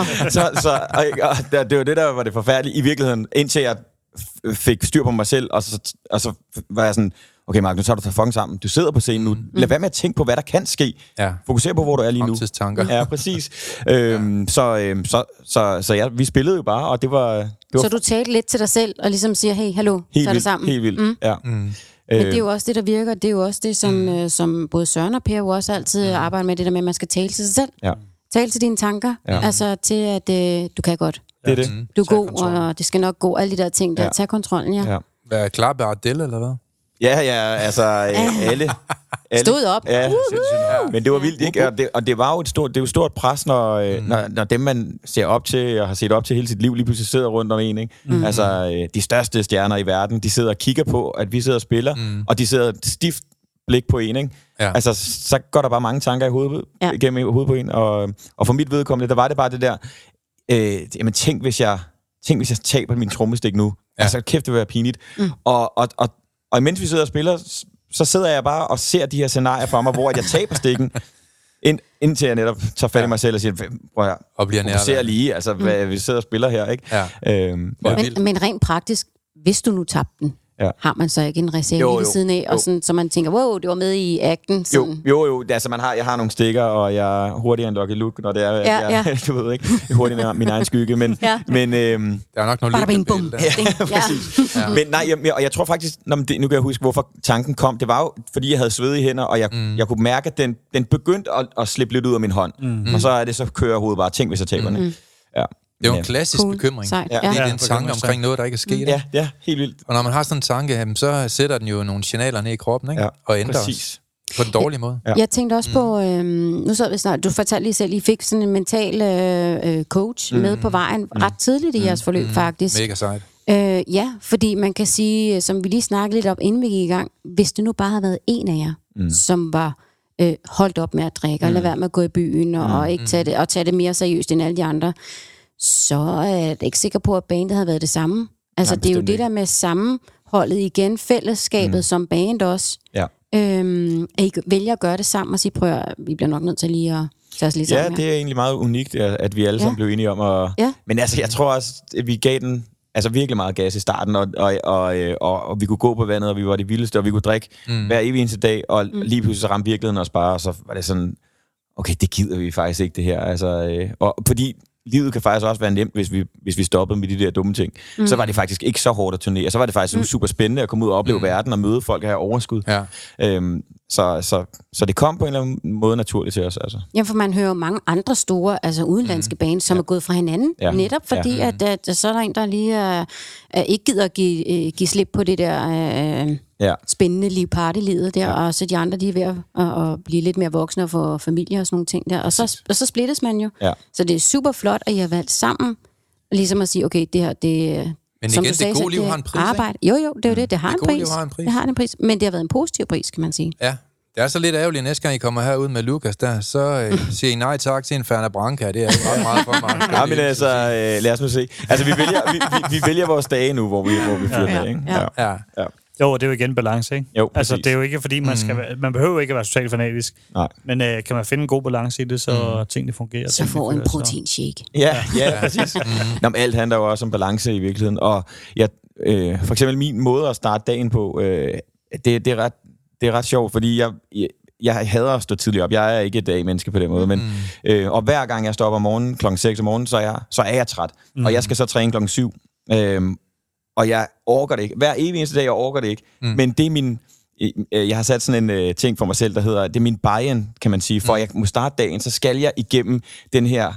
Det var det, der var det forfærdelige i virkeligheden, indtil jeg fik styr på mig selv, og så var jeg sådan, okay Mark, nu tager du dig fucking sammen. Du sidder på scenen nu. Lad være med at tænke på, hvad der kan ske. Ja. Fokuser på, hvor du er lige nu. Tanker. Ja, præcis. Så ja, vi spillede jo bare, og det Så du talte lidt til dig selv, og ligesom siger, hey, hallo, så er det sammen. Helt vildt, ja. Men det er jo også det, der virker. Det er jo også det, som både Søren og Per jo også altid arbejder med, det der med, at man skal tale til sig selv. Ja. Tale til dine tanker. Ja. Altså til, at du kan godt. Det er det. Du er god, og det skal nok gå. Alle de der ting, der tager kontrollen, ja. Hvad er klar med Adele, eller hvad? Ja, altså alle. Stod op. Ja. Men det var vildt, ikke? Og det var jo det er jo stort pres, når dem, man ser op til og har set op til hele sit liv, lige pludselig sidder rundt om en, ikke? Altså, de største stjerner i verden, de sidder og kigger på, at vi sidder og spiller, og de sidder stift blik på en, ikke? Ja. Altså, så går der bare mange tanker i hovedet, gennem hovedet på en, og for mit vedkommende, der var det bare det der, jamen tænk hvis jeg taber min trommestik nu. Ja. Altså, kæft, det vil være pinligt. Og imens vi sidder og spiller, så sidder jeg bare og ser de her scenarier for mig, hvor jeg taber stikken, indtil jeg netop tager fat i mig selv og siger, prøv at fokusere lige, altså, hvad vi sidder og spiller her, ikke? Ja. Men rent praktisk, hvis du nu tabte den, har man så ikke en reserve ved siden af, og sådan, så man tænker, wow, det var med i acten. Sådan. Jo, altså jeg har nogle stikker, og jeg er hurtigere end Lucky Luke, når det er, jeg du ved ikke, hurtigere end min egen skygge, men der er nok noget lydbillede der. Præcis. Ja. Men nej, og jeg tror faktisk, nu kan jeg huske, hvorfor tanken kom, det var jo, fordi jeg havde svedige hænder, og jeg kunne mærke, at den begyndte at slippe lidt ud af min hånd, og så er det, så kører hovedet bare, tænk hvis jeg taber den. Ja. Det er jo en klassisk bekymring. Det er en tanke omkring noget, der ikke er sket. Ja, helt vildt. Og når man har sådan en tanke, så sætter den jo nogle signaler ned i kroppen, ikke? Og ændrer os på den dårlige måde. Jeg tænkte også på, nu så vi snart, du fortalte lige selv, I fik sådan en mental coach med på vejen ret tidligt i jeres forløb, faktisk. Mega sejt. Ja, fordi man kan sige, som vi lige snakkede lidt om, inden vi gik i gang, hvis det nu bare havde været en af jer, som var holdt op med at drikke, og lade være med at gå i byen, og ikke tage det mere seriøst end alle de andre, så er jeg ikke sikker på, at bandet havde været det samme. Altså, det er jo det der med sammenholdet igen, fællesskabet som band også. Ja. At I vælger at gøre det sammen og sige, prøv at, vi bliver nok nødt til lige at tage os lige sammen. Ja, det er egentlig meget unikt, at vi alle sammen blev enige om at... Men altså, jeg tror også, at vi gav den virkelig meget gas i starten, og vi kunne gå på vandet, og vi var det vildeste, og vi kunne drikke hver evig eneste dag, og lige pludselig så ramte virkeligheden os bare, og så var det sådan, okay, det gider vi faktisk ikke, det her. Altså, og fordi livet kan faktisk også være nemt, hvis vi stoppede med de der dumme ting. Så var det faktisk ikke så hårdt at turnere. Så var det faktisk super spændende at komme ud og opleve verden og møde folk og have overskud. Ja. Så det kom på en eller anden måde naturligt til os. Altså. Ja, for man hører mange andre store, altså udenlandske bands, som er gået fra hinanden. Ja. Netop fordi, at så er der en, der lige ikke gider at give slip på det der spændende liv, partylivet der, og så de andre, de er ved at blive lidt mere voksne og få familie og sådan nogle ting der. Og så splittes man jo. Ja. Så det er super flot, at I har valgt sammen, ligesom at sige, okay, det her, det men igen, det gode liv har en pris, arbejde. Jo, det er jo det. Det har en pris. Det har en pris. Men det har været en positiv pris, kan man sige. Ja. Det er så lidt ærgerligt, næste gang I kommer herud med Lukas der, så siger I nej tak til en Ferner Branca. Det er ikke ret meget for mig. Ja, men altså, lad os nu se. Altså, vi vælger vores dage nu, hvor vi fyrer med, ikke? Ja. Jo, det er jo igen balance, ikke? Jo, altså, det er jo ikke, fordi man behøver ikke at være totalt fanatisk. Nej. Men kan man finde en god balance i det, så tingene fungerer. Så får en proteinshake. Ja, præcis. Nå, men alt handler jo også om balance i virkeligheden. Og for eksempel min måde at starte dagen på, det er ret sjovt, fordi jeg hader at stå tidligt op. Jeg er ikke et dag-menneske på den måde, men og hver gang jeg står op om morgenen, klokken 6 om morgenen, så er jeg træt. Og jeg skal så træne klokken 7. Og jeg orker det ikke. Hver evig eneste dag, jeg orker det ikke. Men det er min... Jeg har sat sådan en ting for mig selv, der hedder, det er min buy-in, kan man sige. For at jeg må starte dagen, så skal jeg igennem den her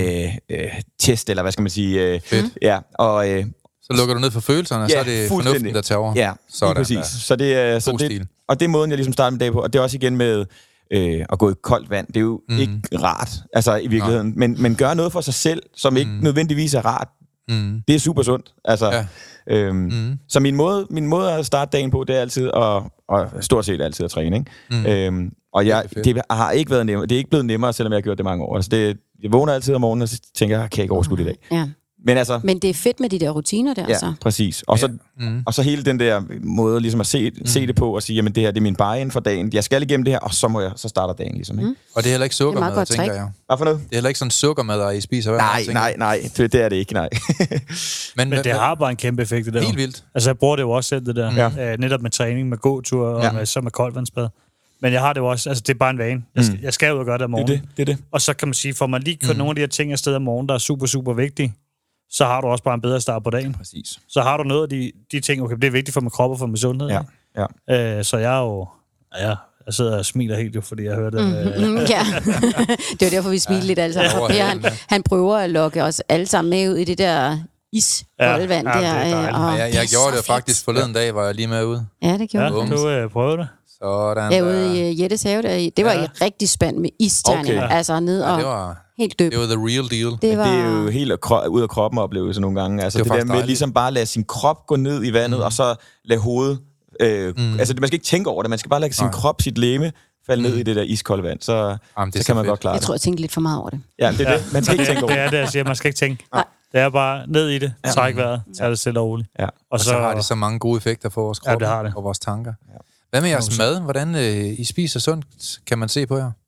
test, eller hvad skal man sige. Ja, og... så lukker du ned for følelserne, og så er det fornuften, der tager over. Ja, sådan, præcis. Så det er måden, jeg ligesom starter min dag på. Og det er også igen med at gå i koldt vand. Det er jo ikke rart, altså i virkeligheden. Men gøre noget for sig selv, som ikke nødvendigvis er rart. Det er super sundt. Altså, så min måde at starte dagen på, det er altid og stort set altid at træne. Ikke? Og det har ikke været nemmere. Det er ikke blevet nemmere, selvom jeg har gjort det mange år. Altså, jeg vågner altid om morgenen og tænker, jeg kan ikke overskue det i dag. Ja. Men det er fedt med de der rutiner der, ja, så. Præcis. Og så hele den der måde ligesom at se det på og sige, jamen det her, det er min buy-in for dagen. Jeg skal igennem det her, og så starter dagen ligesom. Ikke? Og det er heller ikke sukkermad, tænker jeg. Hvad for noget? Det er heller ikke sådan sukkermad, I spiser hver Nej, det er det ikke, nej. Men det har bare en kæmpe effekt, det der. Helt vildt. Altså jeg bruger det jo også selv, det der. Netop med træning, med gåtur og så med koldvandsbad. Men jeg har det jo også, altså det er bare en vane. Jeg skal ud og gøre det om morgenen. Det er det. Og så kan man sige, får man lige kørt nogle af de her ting afsted om morgenen, der er super, super vigtige, så har du også bare en bedre start på dagen. Præcis. Så har du noget af de ting, okay, det er vigtigt for min krop og for min sundhed. Ja. Så jeg er jo... Ja, jeg sidder og smiler helt jo, fordi jeg hørte det. Ja, det var derfor, vi smilte lidt alle sammen. Per, han prøver at lokke os alle sammen med ud i det der isboldvand der. Jeg gjorde det faktisk forleden dag, var jeg lige med ude. Ja, det gjorde du prøvede det. Sådan der. Ude i Jettes have, det var i rigtig spand med isterninger. Okay. Altså ned og... det var helt dybt. Det var the real deal. Det er jo helt ud af kroppen oplevelse nogle gange. Altså det der med ligesom bare lade sin krop gå ned i vandet, og så lade hovedet... Altså man skal ikke tænke over det, man skal bare lade sin krop, sit legeme falde ned i det der iskolde vand, så kan man godt klare det. Jeg tror, jeg tænker lidt for meget over det. Ja, det er det. Man skal ikke tænke over det. Det er det, jeg siger. Man skal ikke tænke. Nej. Det er bare ned i det, træk vejret, tag det stille og roligt. Ja. Og så har det så mange gode effekter for vores krop og vores tanker. Ja. Hvad med jeres mad? Hvordan I spiser sundt, kan man se på jer?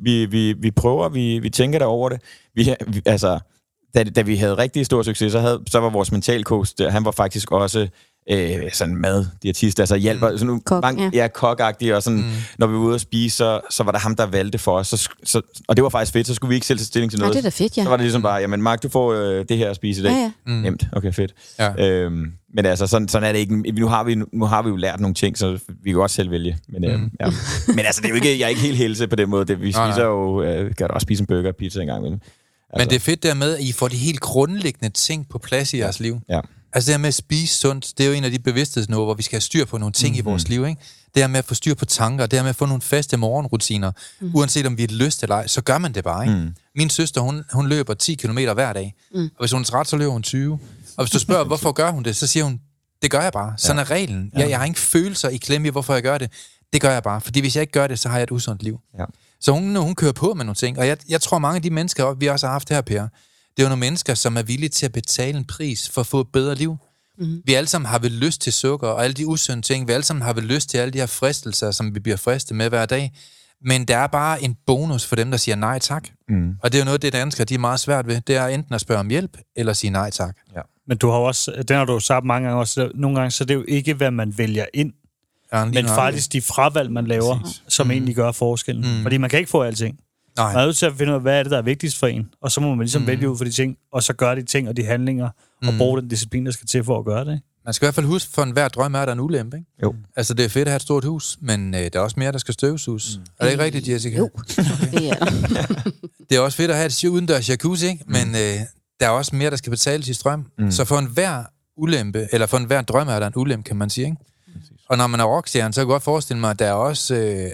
Vi prøver, vi tænker derover det. Altså, da vi havde rigtig stor succes, så var vores mentalcoach, han var faktisk også sådan maddiætist, altså hjælper sådan kokagtig, og sådan, når vi var ude at spise, så var der ham, der valgte for os, og det var faktisk fedt, så skulle vi ikke selv tage stilling til noget. Ja, det er da fedt, ja. Så var det ligesom bare, jamen Mark, du får det her at spise i dag. Ja. Nemt, okay, fedt. Ja. Men altså, sådan er det ikke. Nu har vi jo lært nogle ting, så vi kan også selv vælge. Men, ja. Men altså, det er jo ikke, jeg er ikke helt helse på den måde. Vi spiser jo, kan også spise en burger og pizza en gang imellem. Altså. Men det er fedt der med, at I får de helt grundlæggende ting på plads i jeres liv. Ja. Altså det her med at spise sundt, det er jo en af de bevidsthedsniveauer, hvor vi skal have styr på nogle ting i vores liv, ikke? Det her med at få styr på tanker, det her med at få nogle faste morgenrutiner, uanset om vi har lyst eller ej, så gør man det bare, ikke? Min søster, hun løber 10 km hver dag, og hvis hun er træt, så løber hun 20. Og hvis du spørger, hvorfor gør hun det, så siger hun, det gør jeg bare. Sådan er reglen. Jeg har ikke følelser i klemme i, hvorfor jeg gør det. Det gør jeg bare, fordi hvis jeg ikke gør det, så har jeg et usundt liv. Ja. Så hun kører på med nogle ting, og jeg tror mange af de mennesker, vi også har haft her, Per, det er jo nogle mennesker, som er villige til at betale en pris for at få et bedre liv. Vi alle sammen har vel lyst til sukker og alle de usunde ting. Vi alle sammen har vel lyst til alle de her fristelser, som vi bliver fristet med hver dag. Men der er bare en bonus for dem, der siger nej tak. Og det er jo noget, det danskere, de er meget svært ved. Det er enten at spørge om hjælp, eller sige nej tak. Ja. Men du har også, den har du sagt mange gange også, nogle gange, så det er jo ikke, hvad man vælger ind, men faktisk de fravalg, man laver, som egentlig gør forskellen. Fordi man kan ikke få alting. Nej. Man er nødt til at finde ud af, hvad er det, der er vigtigst for en. Og så må man ligesom vælge ud for de ting, og så gøre de ting og de handlinger, og bruge den disciplin, der skal til for at gøre det. Man skal i hvert fald huske, for enhver drøm er der en ulempe, ikke? Jo. Altså, det er fedt at have et stort hus, men der er også mere, der skal støvsuges. Er det ikke rigtigt, Jessica? Jo, det er der. Det er også fedt at have et udendørs jacuzzi, ikke? Men der er også mere, der skal betales i strøm. Så for enhver ulempe, eller for enhver drøm er der en ulempe, kan man sige, ikke? Og når man er rockstjerne, så kan jeg godt forestille mig, at der er også...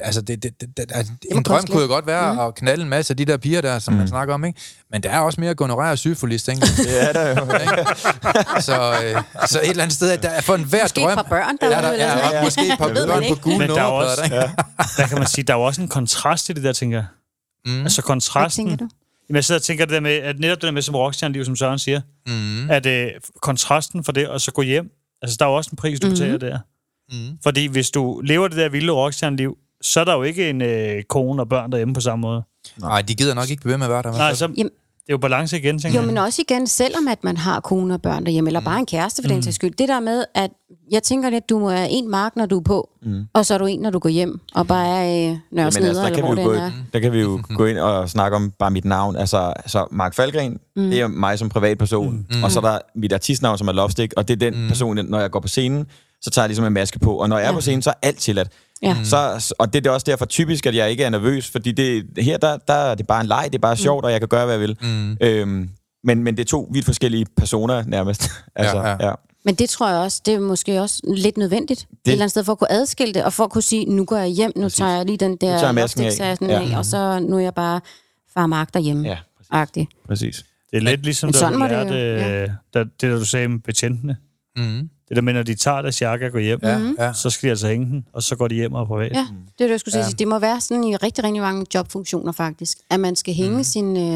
en drøm kunne jo godt være at knalde en masse af de der piger der, som man snakker om, ikke? Men der er også mere gonorrhea og syfilis, ikke? Det er der jo. Så et eller andet sted, at der er for enhver måske drøm... Måske et par børn, der er måske et par børn på gule nummerplader. Der kan man sige, der er jo også en kontrast i det der, tænker jeg. Altså kontrasten... Hvad tænker du? Jamen, jeg sidder og tænker det der med, at netop det der med som rockstjerne-liv, som Søren siger, at kontrasten for det, og så gå hjem, altså der er jo også en pris, du betaler der. Fordi hvis du lever det der vilde rockstjerne-liv, så er der jo ikke en kone og børn derhjemme på samme måde. Nej, de gider nok ikke blive ved med at være der. Nej, så, det er jo balance igen, tænker jeg. Jo, men også igen, selvom at man har kone og børn derhjemme, eller bare en kæreste for den sags skyld. Det der med, at jeg tænker lidt, at du må være en mark, når du er på, og så er du en, når du går hjem, og bare er nørresneder, eller hvor det er. Der kan vi jo gå ind og snakke om bare mit navn. Altså, så Mark Falkgren, det er mig som privatperson, og så er der mit artistnavn, som er Lovestick, og det er den person, når jeg går på scenen, så tager jeg ligesom en maske på, og når jeg er på scenen, så er alt tilladt. Ja. Og det er også derfor typisk, at jeg ikke er nervøs, fordi her der er det bare en leg, det er bare sjovt, og jeg kan gøre, hvad jeg vil. Men det er to vidt forskellige personer nærmest. Altså, ja. Men det tror jeg også, det er måske også lidt nødvendigt. Et eller andet sted for at kunne adskille det, og for at kunne sige, nu går jeg hjem, nu tager jeg lige den der loftstiksassen af, og så nu er jeg bare far Mark derhjemme. Ja, agtig. Præcis. Det er lidt ligesom, da du lærte, det der du sagde med betjentene. Det der med, når de tager deres jakke og går hjem, så skal de altså hænge den, og så går de hjem og privat. Ja, det er det, jeg skulle sige. Det må være sådan i rigtig, rigtig mange jobfunktioner faktisk, at man skal hænge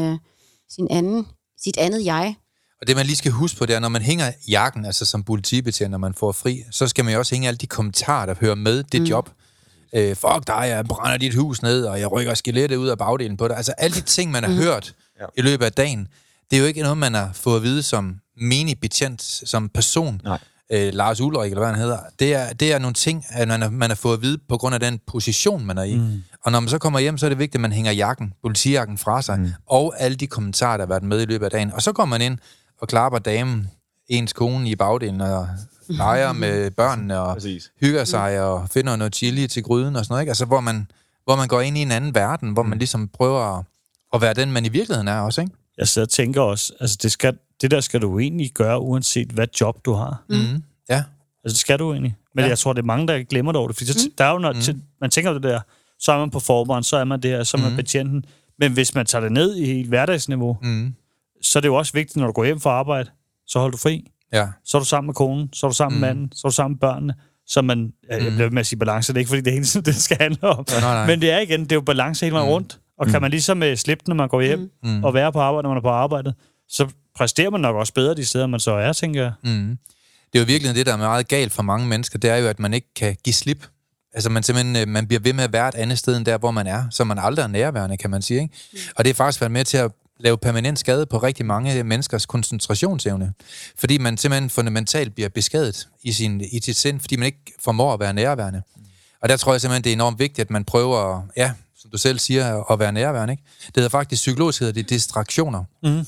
sit andet jeg. Og det, man lige skal huske på, det er, når man hænger jakken, altså som politibetjent, når man får fri, så skal man jo også hænge alle de kommentarer, der hører med det job. Fuck dig, jeg brænder dit hus ned, og jeg rykker skelettet ud af bagdelen på dig. Altså alle de ting, man har hørt i løbet af dagen, det er jo ikke noget, man har fået at vide som menig betjent, som person. Nej. Lars Ulrik, eller hvad han hedder. Det er nogle ting, at man har fået at vide på grund af den position, man er i. Og når man så kommer hjem, så er det vigtigt, at man hænger politijakken fra sig, og alle de kommentarer, der har været med i løbet af dagen. Og så går man ind og klapper damen, ens kone i bagdelen, og leger med børnene, og hygger sig, og finder noget chili til gryden og sådan noget, ikke? Altså, hvor man går ind i en anden verden, hvor man ligesom prøver at være den, man i virkeligheden er også, ikke? Jeg sidder og tænker også, altså det der skal du egentlig gøre, uanset hvad job du har. Ja. Altså, det skal du egentlig. Men jeg tror, det er mange, der glemmer det over det. Fordi der er jo man tænker det der, så er man på formeren, så er man det her, så er man betjenten. Men hvis man tager det ned i et hverdagsniveau, så er det jo også vigtigt, når du går hjem fra arbejde, så holder du fri. Ja. Så er du sammen med konen, så er du sammen med manden, så er du sammen med børnene. Så man, jeg bliver med at sige balance, det er ikke fordi, det er hele tiden, det skal handle om. Nej. Men det er igen, det er jo balance hele vejen rundt. Og kan man ligesom slippe, når man går hjem, og være på arbejde, når man er på arbejdet, så præsterer man nok også bedre de steder, man så er, tænker jeg. Det er jo virkelig det, der er meget galt for mange mennesker, det er jo, at man ikke kan give slip. Altså man bliver ved med at være et andet sted, end der, hvor man er, så man aldrig er nærværende, kan man sige, ikke? Og det er faktisk været med til at lave permanent skade på rigtig mange menneskers koncentrationsevne. Fordi man simpelthen fundamentalt bliver beskadet i sit sind, fordi man ikke formår at være nærværende. Og der tror jeg simpelthen, det er enormt vigtigt, at man prøver, som du selv siger, at være nærværende, ikke? Det hedder faktisk, psykologisk hedder det distraktioner.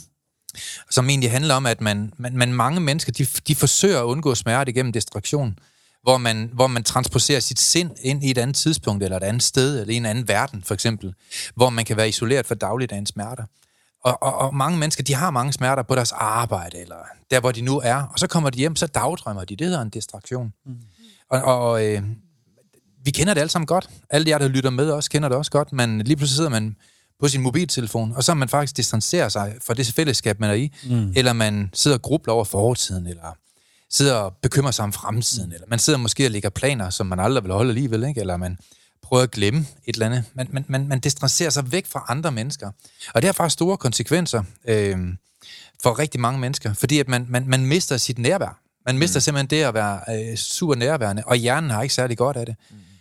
Som egentlig handler om, at mange mennesker, de forsøger at undgå smerte igennem distraktion, hvor man transporterer sit sind ind i et andet tidspunkt, eller et andet sted, eller i en anden verden, for eksempel, hvor man kan være isoleret fra dagligdagens smerter. Og mange mennesker, de har mange smerter på deres arbejde, eller der, hvor de nu er, og så kommer de hjem, så dagdrømmer de. Det hedder en distraktion. Og vi kender det alle sammen godt. Alle jer, der lytter med også, kender det også godt, men lige pludselig sidder man på sin mobiltelefon, og så man faktisk distancerer sig fra det fællesskab, man er i, eller man sidder og grubler over fortiden, eller sidder og bekymrer sig om fremtiden, eller man sidder måske og lægger planer, som man aldrig vil holde alligevel, ikke? Eller man prøver at glemme et eller andet. Man distancerer sig væk fra andre mennesker. Og det har faktisk store konsekvenser for rigtig mange mennesker, fordi at man mister sit nærvær. Man mister simpelthen det at være super nærværende, og hjernen har ikke særlig godt af det.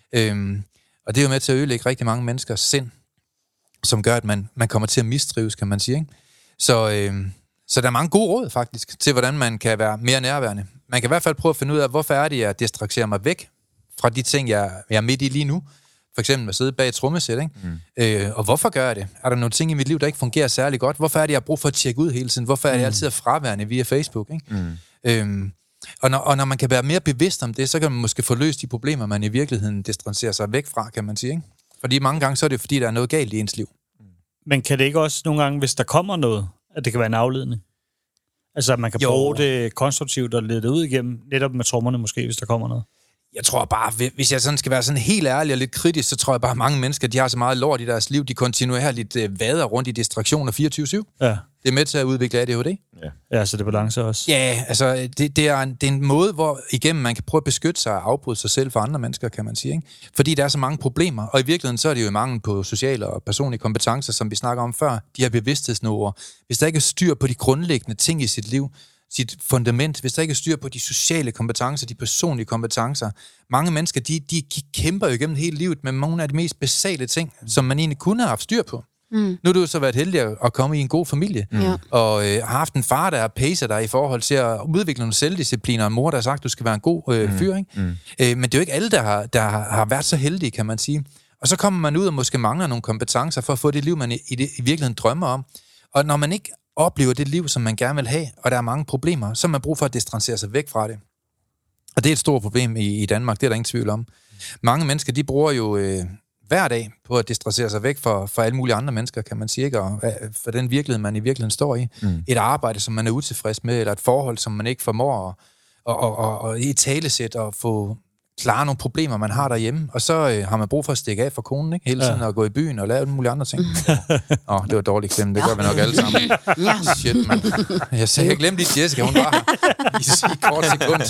Og det er jo med til at ødelægge rigtig mange menneskers sind, som gør, at man kommer til at mistrives, kan man sige, ikke? Så der er mange gode råd, faktisk, til hvordan man kan være mere nærværende. Man kan i hvert fald prøve at finde ud af, hvorfor er det, jeg distraherer mig væk fra de ting, jeg er midt i lige nu. For eksempel at sidde bag et trommesæt, ikke? Og hvorfor gør jeg det? Er der nogle ting i mit liv, der ikke fungerer særlig godt? Hvorfor er det, jeg har brug for at tjekke ud hele tiden? Hvorfor er det, jeg altid er fraværende via Facebook, ikke? Og når man kan være mere bevidst om det, så kan man måske få løst de problemer, man i virkeligheden distancerer sig væk fra, kan man sige, ikke? Fordi mange gange, så er det fordi, der er noget galt i ens liv. Men kan det ikke også nogle gange, hvis der kommer noget, at det kan være en afledning? Altså, at man kan bruge det konstruktivt og lede det ud igennem, netop med trommerne måske, hvis der kommer noget? Jeg tror bare, hvis jeg sådan skal være sådan helt ærlig og lidt kritisk, så tror jeg bare, at mange mennesker, de har så meget lort i deres liv, de kontinuerligt vader rundt i distraktioner 24/7. Ja. Det er med til at udvikle ADHD. Ja, så det er balance også. Ja, altså, det er en måde, hvor igennem man kan prøve at beskytte sig og afbryde sig selv for andre mennesker, kan man sige, ikke? Fordi der er så mange problemer, og i virkeligheden så er det jo mangel på sociale og personlige kompetencer, som vi snakker om før, de her bevidsthedsniveauer. Hvis der ikke er styr på de grundlæggende ting i sit liv, sit fundament, hvis der ikke er styr på de sociale kompetencer, de personlige kompetencer. Mange mennesker, de kæmper jo igennem hele livet med nogle af de mest basale ting, som man egentlig kunne have haft styr på. Nu har du så været heldig at komme i en god familie, og har haft en far, der pacer dig i forhold til at udvikle nogle selvdiscipliner, og en mor, der har sagt, at du skal være en god fyr, ikke? Men det er jo ikke alle, der har været så heldige, kan man sige. Og så kommer man ud og måske mangler nogle kompetencer for at få det liv, man i virkeligheden drømmer om. Og når man ikke oplever det liv, som man gerne vil have, og der er mange problemer, så har man brug for at distancere sig væk fra det. Og det er et stort problem i Danmark, det er der ingen tvivl om. Mange mennesker, de bruger jo hver dag på at distancere sig væk fra alle mulige andre mennesker, kan man sige, ikke? Og for den virkelighed, man i virkeligheden står i. Et arbejde, som man er utilfreds med, eller et forhold, som man ikke formår at i talesæt og få klare nogle problemer, man har derhjemme, og så har man brug for at stikke af fra konen, ikke? Hele tiden, og gå i byen og lave alle mulige andre ting. Det var et dårligt eksempel, det gør vi nok alle sammen. Shit, mand. Jeg glemte lige Jessica, hun var i kort sekund.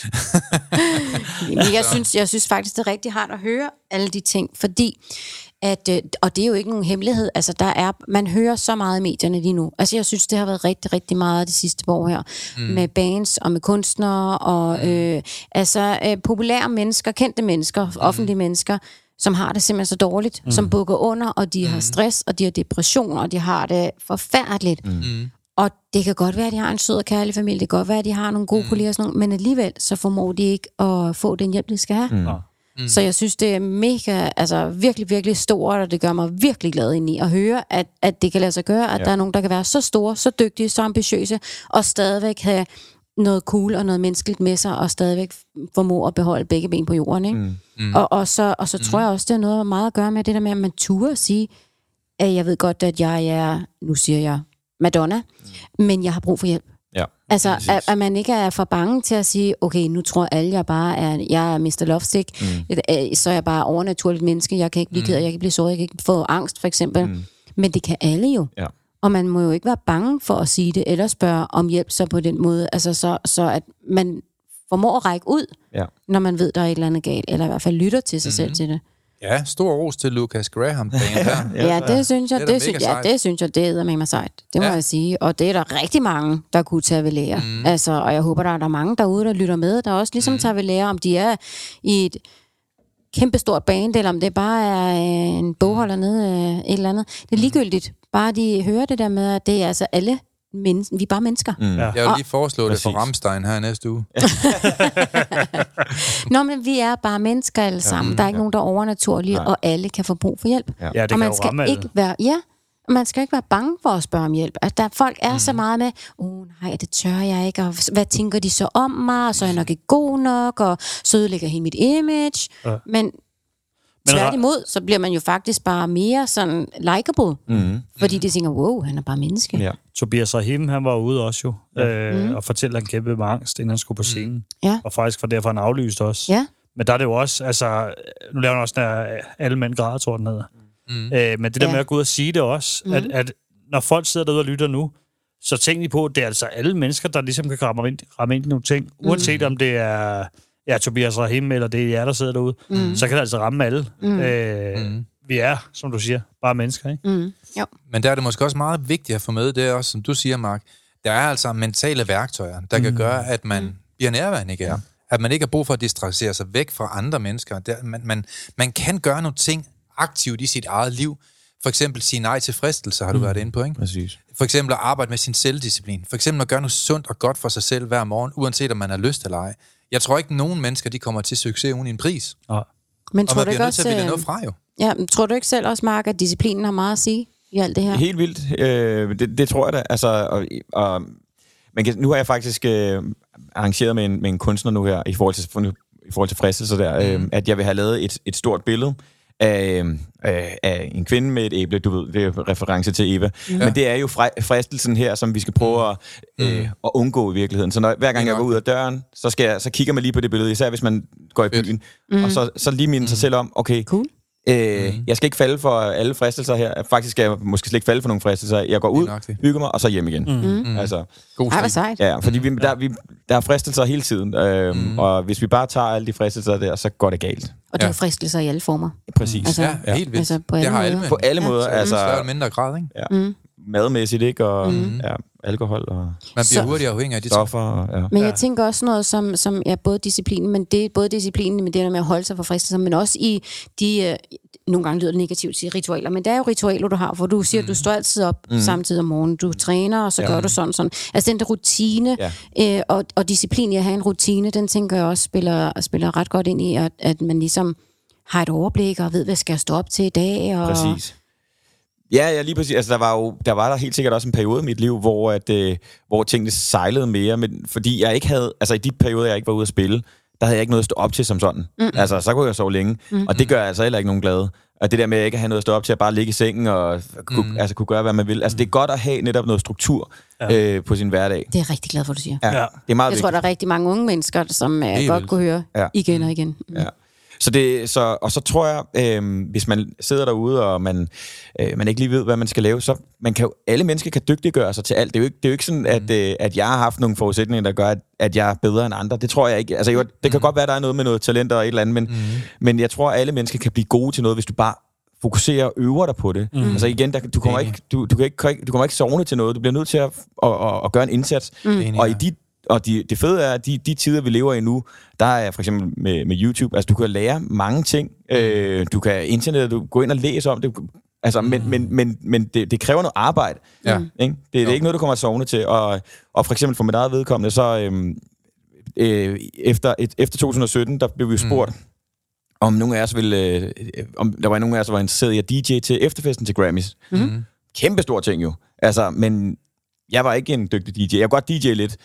Jeg synes faktisk, det er rigtig hardt at høre alle de ting, fordi og det er jo ikke nogen hemmelighed. Altså, man hører så meget i medierne lige nu. Altså, jeg synes, det har været rigtig, rigtig meget det sidste år her. Med bands og med kunstnere og populære mennesker, kendte mennesker, offentlige mennesker, som har det simpelthen så dårligt, som bukker under, og de har stress, og de har depression, og de har det forfærdeligt. Og det kan godt være, at de har en sød og kærlig familie, det kan godt være, at de har nogle gode kolleger og sådan noget, men alligevel så formår de ikke at få den hjælp, de skal have. Så jeg synes, det er mega, altså virkelig, virkelig stort, og det gør mig virkelig glad ind i at høre, at det kan lade sig gøre, at der er nogen, der kan være så store, så dygtige, så ambitiøse, og stadigvæk have noget cool og noget menneskeligt med sig, og stadigvæk formå at beholde begge ben på jorden, ikke? Og så tror jeg også, det er noget meget at gøre med det der med, at man turde at sige, at jeg ved godt, at jeg er, nu siger jeg, Madonna, men jeg har brug for hjælp. Ja, altså, at man ikke er for bange til at sige, okay, nu tror alle, jeg er Mr. Lovesick, så er jeg bare overnaturligt menneske, jeg kan ikke blive ked, jeg kan ikke blive såret, jeg kan ikke få angst, for eksempel. Men det kan alle jo. Ja. Og man må jo ikke være bange for at sige det, eller spørge om hjælp så på den måde, altså så at man formår at række ud, når man ved, der er et eller andet galt, eller i hvert fald lytter til sig selv til det. Ja, stor ros til Lucas Graham. Det synes jeg, det synes jeg, det er med mig sejt. Det må jeg sige. Og det er der rigtig mange, der kunne tage ved lære. Altså, og jeg håber, der er mange derude, der lytter med, der også ligesom tager ved lære, om de er i et kæmpestort band, eller om det bare er en bogholder nede et eller andet. Det er ligegyldigt. Bare de hører det der med, at det er altså alle vi er bare mennesker. Jeg vil lige foreslå det for Rammstein her næste uge. Nå, men vi er bare mennesker alle sammen. Der er ikke nogen, der er overnaturlige, og alle kan få brug for hjælp. Ja, det og man skal ikke være, man skal ikke være bange for at spørge om hjælp. At der folk er så meget med, nej, det tør jeg ikke, og hvad tænker de så om mig, og så er jeg nok ikke god nok, og så ødelægger hele mit image. Ja. Men tværtimod, så bliver man jo faktisk bare mere sådan likeable, fordi de tænker, wow, han er bare menneske. Ja. Tobias Rahim, han var ude også jo, og fortælle, at han kæmpede med angst, inden han skulle på scenen. Og faktisk var derfor han aflyst også. Ja. Men der er det jo også, altså, nu laver han også, når alle mænd græder, tror den hedder. Men det der med at gå ud og sige det også, at når folk sidder derude og lytter nu, så tænk lige på, at det er altså alle mennesker, der ligesom kan ramme ind i nogle ting, uanset om det er Tobias Rahim, eller det er jer, der sidder derude, så kan det altså ramme alle. Vi er, som du siger, bare mennesker, ikke? Jo. Men der er det måske også meget vigtigt at få med, det er også, som du siger, Mark, der er altså mentale værktøjer, der kan gøre, at man bliver nærværende igen. Ja. At man ikke har brug for at distrahere sig væk fra andre mennesker. Man kan gøre nogle ting aktivt i sit eget liv. For eksempel sige nej til fristelser, har du været inde på, ikke? Præcis. For eksempel at arbejde med sin selvdisciplin. For eksempel at gøre noget sundt og godt for sig selv hver morgen, uanset om man har lyst eller ej. Jeg tror ikke, nogen mennesker de kommer til succes uden en pris. Men og man tror bliver nødt til at vælge noget fra, jo. Ja, tror du ikke selv også, Mark, at disciplinen har meget at sige i alt det her? Helt vildt. Det tror jeg da. Altså, nu har jeg faktisk arrangeret med en kunstner nu her, i forhold til fristelser der, at jeg vil have lavet et stort billede af en kvinde med et æble, du ved, det er reference til Eva. Ja. Men det er jo fristelsen her, som vi skal prøve at undgå i virkeligheden. Så hver gang jeg går ud af døren, så kigger man lige på det billede, især hvis man går i byen, og så lige minder sig selv om, okay, cool. Jeg skal ikke falde for alle fristelser her. Faktisk skal jeg måske slet ikke falde for nogle fristelser. Jeg går ud, bygger mig, og så hjem igen. Altså, god sejt. Ja, fordi der er fristelser hele tiden. Og hvis vi bare tager alle de fristelser der, så går det galt. Og der er fristelser i alle former. Præcis. Altså, helt vildt. Altså, på alle måder. På alle måder. Altså, større eller mindre grad, ikke? Ja. Madmæssigt, ikke? Og alkohol og man bliver hurtigere afhængig af de stoffer. Men jeg tænker også noget som både disciplinen, men det er både disciplinen med det der med at holde sig for fristelser, men også i de nogle gange lyder det negativt at sige ritualer, men det er jo ritualer, du har, hvor du siger, at du står altid op samtidig om morgenen, du træner, og så gør du sådan. Altså den der rutine, og disciplin i at have en rutine, den tænker jeg også spiller ret godt ind i, at man ligesom har et overblik, og ved, hvad skal jeg stå op til i dag. Og præcis. Ja, lige præcis. Altså, der var der helt sikkert også en periode i mit liv, hvor tingene sejlede mere, men fordi jeg ikke havde, altså i de perioder, jeg ikke var ude at spille, der havde jeg ikke noget at stå op til som sådan. Altså, så kunne jeg sove længe, og det gør jeg altså heller ikke nogen glade. Og det der med at ikke have noget at stå op til, at bare ligge i sengen og kunne gøre, hvad man vil. Altså, det er godt at have netop noget struktur på sin hverdag. Det er jeg rigtig glad for, du siger. Ja. Det er meget vigtigt. Tror, der er rigtig mange unge mennesker, som godt kunne høre igen og igen. Ja. Så tror jeg, hvis man sidder derude, og man ikke lige ved, hvad man skal lave, så alle mennesker kan dygtiggøre sig til alt. Det er jo ikke sådan, at jeg har haft nogle forudsætninger, der gør, at jeg er bedre end andre. Det tror jeg ikke. Altså, det kan godt være, at der er noget med noget talent og et eller andet, men jeg tror, at alle mennesker kan blive gode til noget, hvis du bare fokuserer og øver dig på det. Altså igen, du kommer ikke sovne til noget. Du bliver nødt til at gøre en indsats. Og det fede er, at de tider, vi lever i nu, der er for eksempel med YouTube, altså du kan lære mange ting. Du kan internet, du gå ind og læse om det. Altså, men det kræver noget arbejde. Ja. Ikke? Det er ikke noget, du kommer at sovne til. Og for eksempel for mit eget vedkommende, så efter 2017, der blev vi spurgt om nogen af os ville... om der var nogen af os, der var interesseret i at DJ til efterfesten til Grammys. Mm-hmm. Kæmpe stor ting jo. Altså, men jeg var ikke en dygtig DJ. Jeg kunne godt DJ lidt.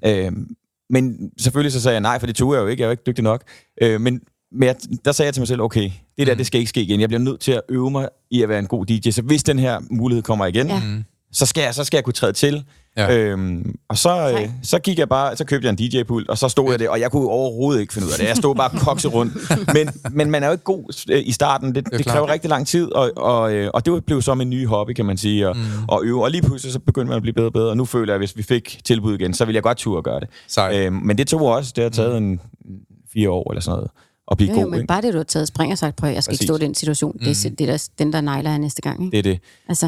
Men selvfølgelig så sagde jeg nej, for det tog jeg jo ikke. Jeg var ikke dygtig nok. Men der sagde jeg til mig selv, okay, det skal ikke ske igen. Jeg bliver nødt til at øve mig i at være en god DJ. Så hvis den her mulighed kommer igen, så skal jeg kunne træde til. Ja. Og så gik jeg bare, så købte jeg en DJ-pult, og så stod jeg der, og jeg kunne overhovedet ikke finde ud af det. Jeg stod bare og kokse rundt. Men man er jo ikke god i starten. Det kræver rigtig lang tid, og det blev så min nye hobby, kan man sige, at øve. Og lige pludselig så begyndte man at blive bedre og bedre, og nu føler jeg, at hvis vi fik tilbud igen, så ville jeg godt turde at gøre det. Men det tog også, det har taget en 4 år eller sådan noget. Og blive god, men ikke? bare det, du har taget spring og sagt, prøv, jeg skal ikke stå i den situation. Det er den, der negler her næste gang. Ikke? Det er det.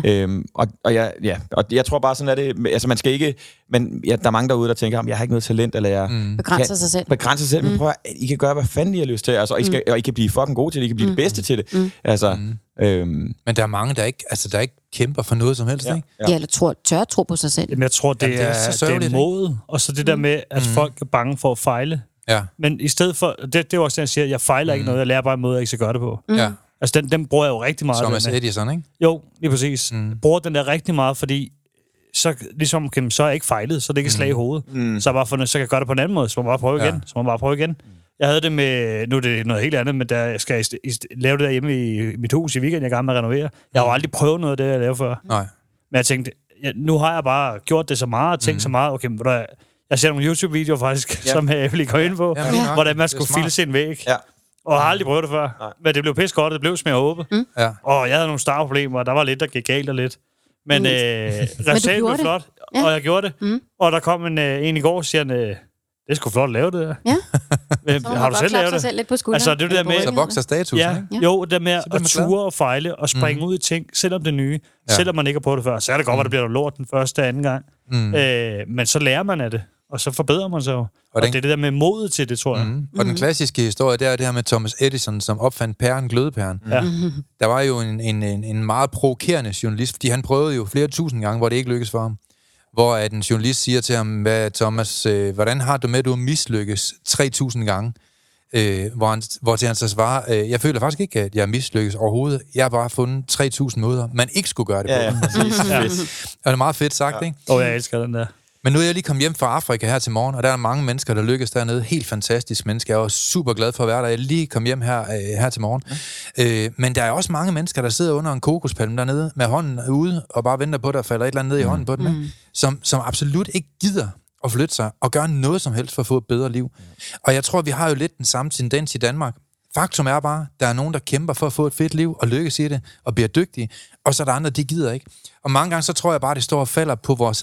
Altså. Og jeg tror bare, sådan er det. Altså, man skal ikke... der er mange derude, der tænker, jeg har ikke noget talent, eller jeg... Begrænser sig selv. Begrænser sig selv, men prøv at, I kan gøre, hvad fanden I har lyst til. Altså, og I kan blive fucking gode til det. I kan blive det bedste til det. Altså... Men der er mange, der ikke kæmper for noget som helst, ikke? Ja, eller tør tro på sig selv. Jamen, jeg tror, det er mod. Og så det der med, at folk er bange for at fejle. Ja. Men i stedet for, det er også det, jeg siger, jeg fejler ikke noget, jeg lærer bare en måde, jeg ikke skal gøre det på. Ja. Altså, den bruger jeg jo rigtig meget. Thomas Edison, ikke? Jo, lige præcis. Bruger den der rigtig meget, fordi så, ligesom, så er jeg ikke fejlet, så det ikke slag i hovedet. Så jeg bare fundet, så kan jeg gøre det på en anden måde, så må jeg bare prøve igen. Jeg havde det med, nu er det noget helt andet, men der jeg skal lave det der hjemme i mit hus i weekenden, jeg er gang med at renovere. Jeg har jo aldrig prøvet noget af det, jeg lavede før. Nej. Men jeg tænkte, nu har jeg bare gjort det så meget, og tænkt så meget, okay, jeg ser nogle YouTube-videoer faktisk, som jeg vil gå ind på, hvordan man skulle filde sin væg. Ja. Og jeg har aldrig prøvet det før. Nej. Men det blev pisse godt, det blev som jeg håbede. Ja. Og jeg havde nogle startproblemer, og der var lidt, der gik galt og lidt. Men resultatet blev flot, og jeg gjorde det. Og der kom en i går, og siger, det er sgu flot at lave det der. Ja. Har du selv lavet det? Selv lidt på skulderen. Altså, det der med, så vokser status, ikke? Jo, det med at ture og fejle og springe ud i ting, selvom det er nye. Selvom man ikke har på det før. Så er det godt, at det bliver lort den første og anden gang. Men så lærer man af det. Og så forbedrer man sig jo. Og det er det der med modet til det, tror jeg. Og den klassiske historie, det er det her med Thomas Edison, som opfandt glødepæren. Ja. Der var jo en meget provokerende journalist, fordi han prøvede jo flere tusind gange, hvor det ikke lykkedes for ham. Hvor en journalist siger til ham, Thomas, hvordan har du med, at du mislykkes 3.000 gange? Hvor til han så svarer, jeg føler faktisk ikke, at jeg mislykkes overhovedet. Jeg har bare fundet 3.000 måder, man ikke skulle gøre det på. Ja. Og det er meget fedt sagt, ikke? Jeg elsker den der. Men nu er jeg lige kommet hjem fra Afrika her til morgen, og der er mange mennesker, der lykkes dernede. Helt fantastisk mennesker. Jeg er super glad for at være der. Jeg lige kom hjem her til morgen. Men der er også mange mennesker, der sidder under en kokospalme dernede, med hånden ude, og bare venter på, at der falder et eller andet ned i hånden på dem, som absolut ikke gider at flytte sig, og gøre noget som helst for at få et bedre liv. Og jeg tror, vi har jo lidt den samme tendens i Danmark. Faktum er bare, der er nogen, der kæmper for at få et fedt liv, og lykkes i det, og bliver dygtige, og så er der andre, de gider ikke. Og mange gange, så tror jeg bare, det står og falder på vores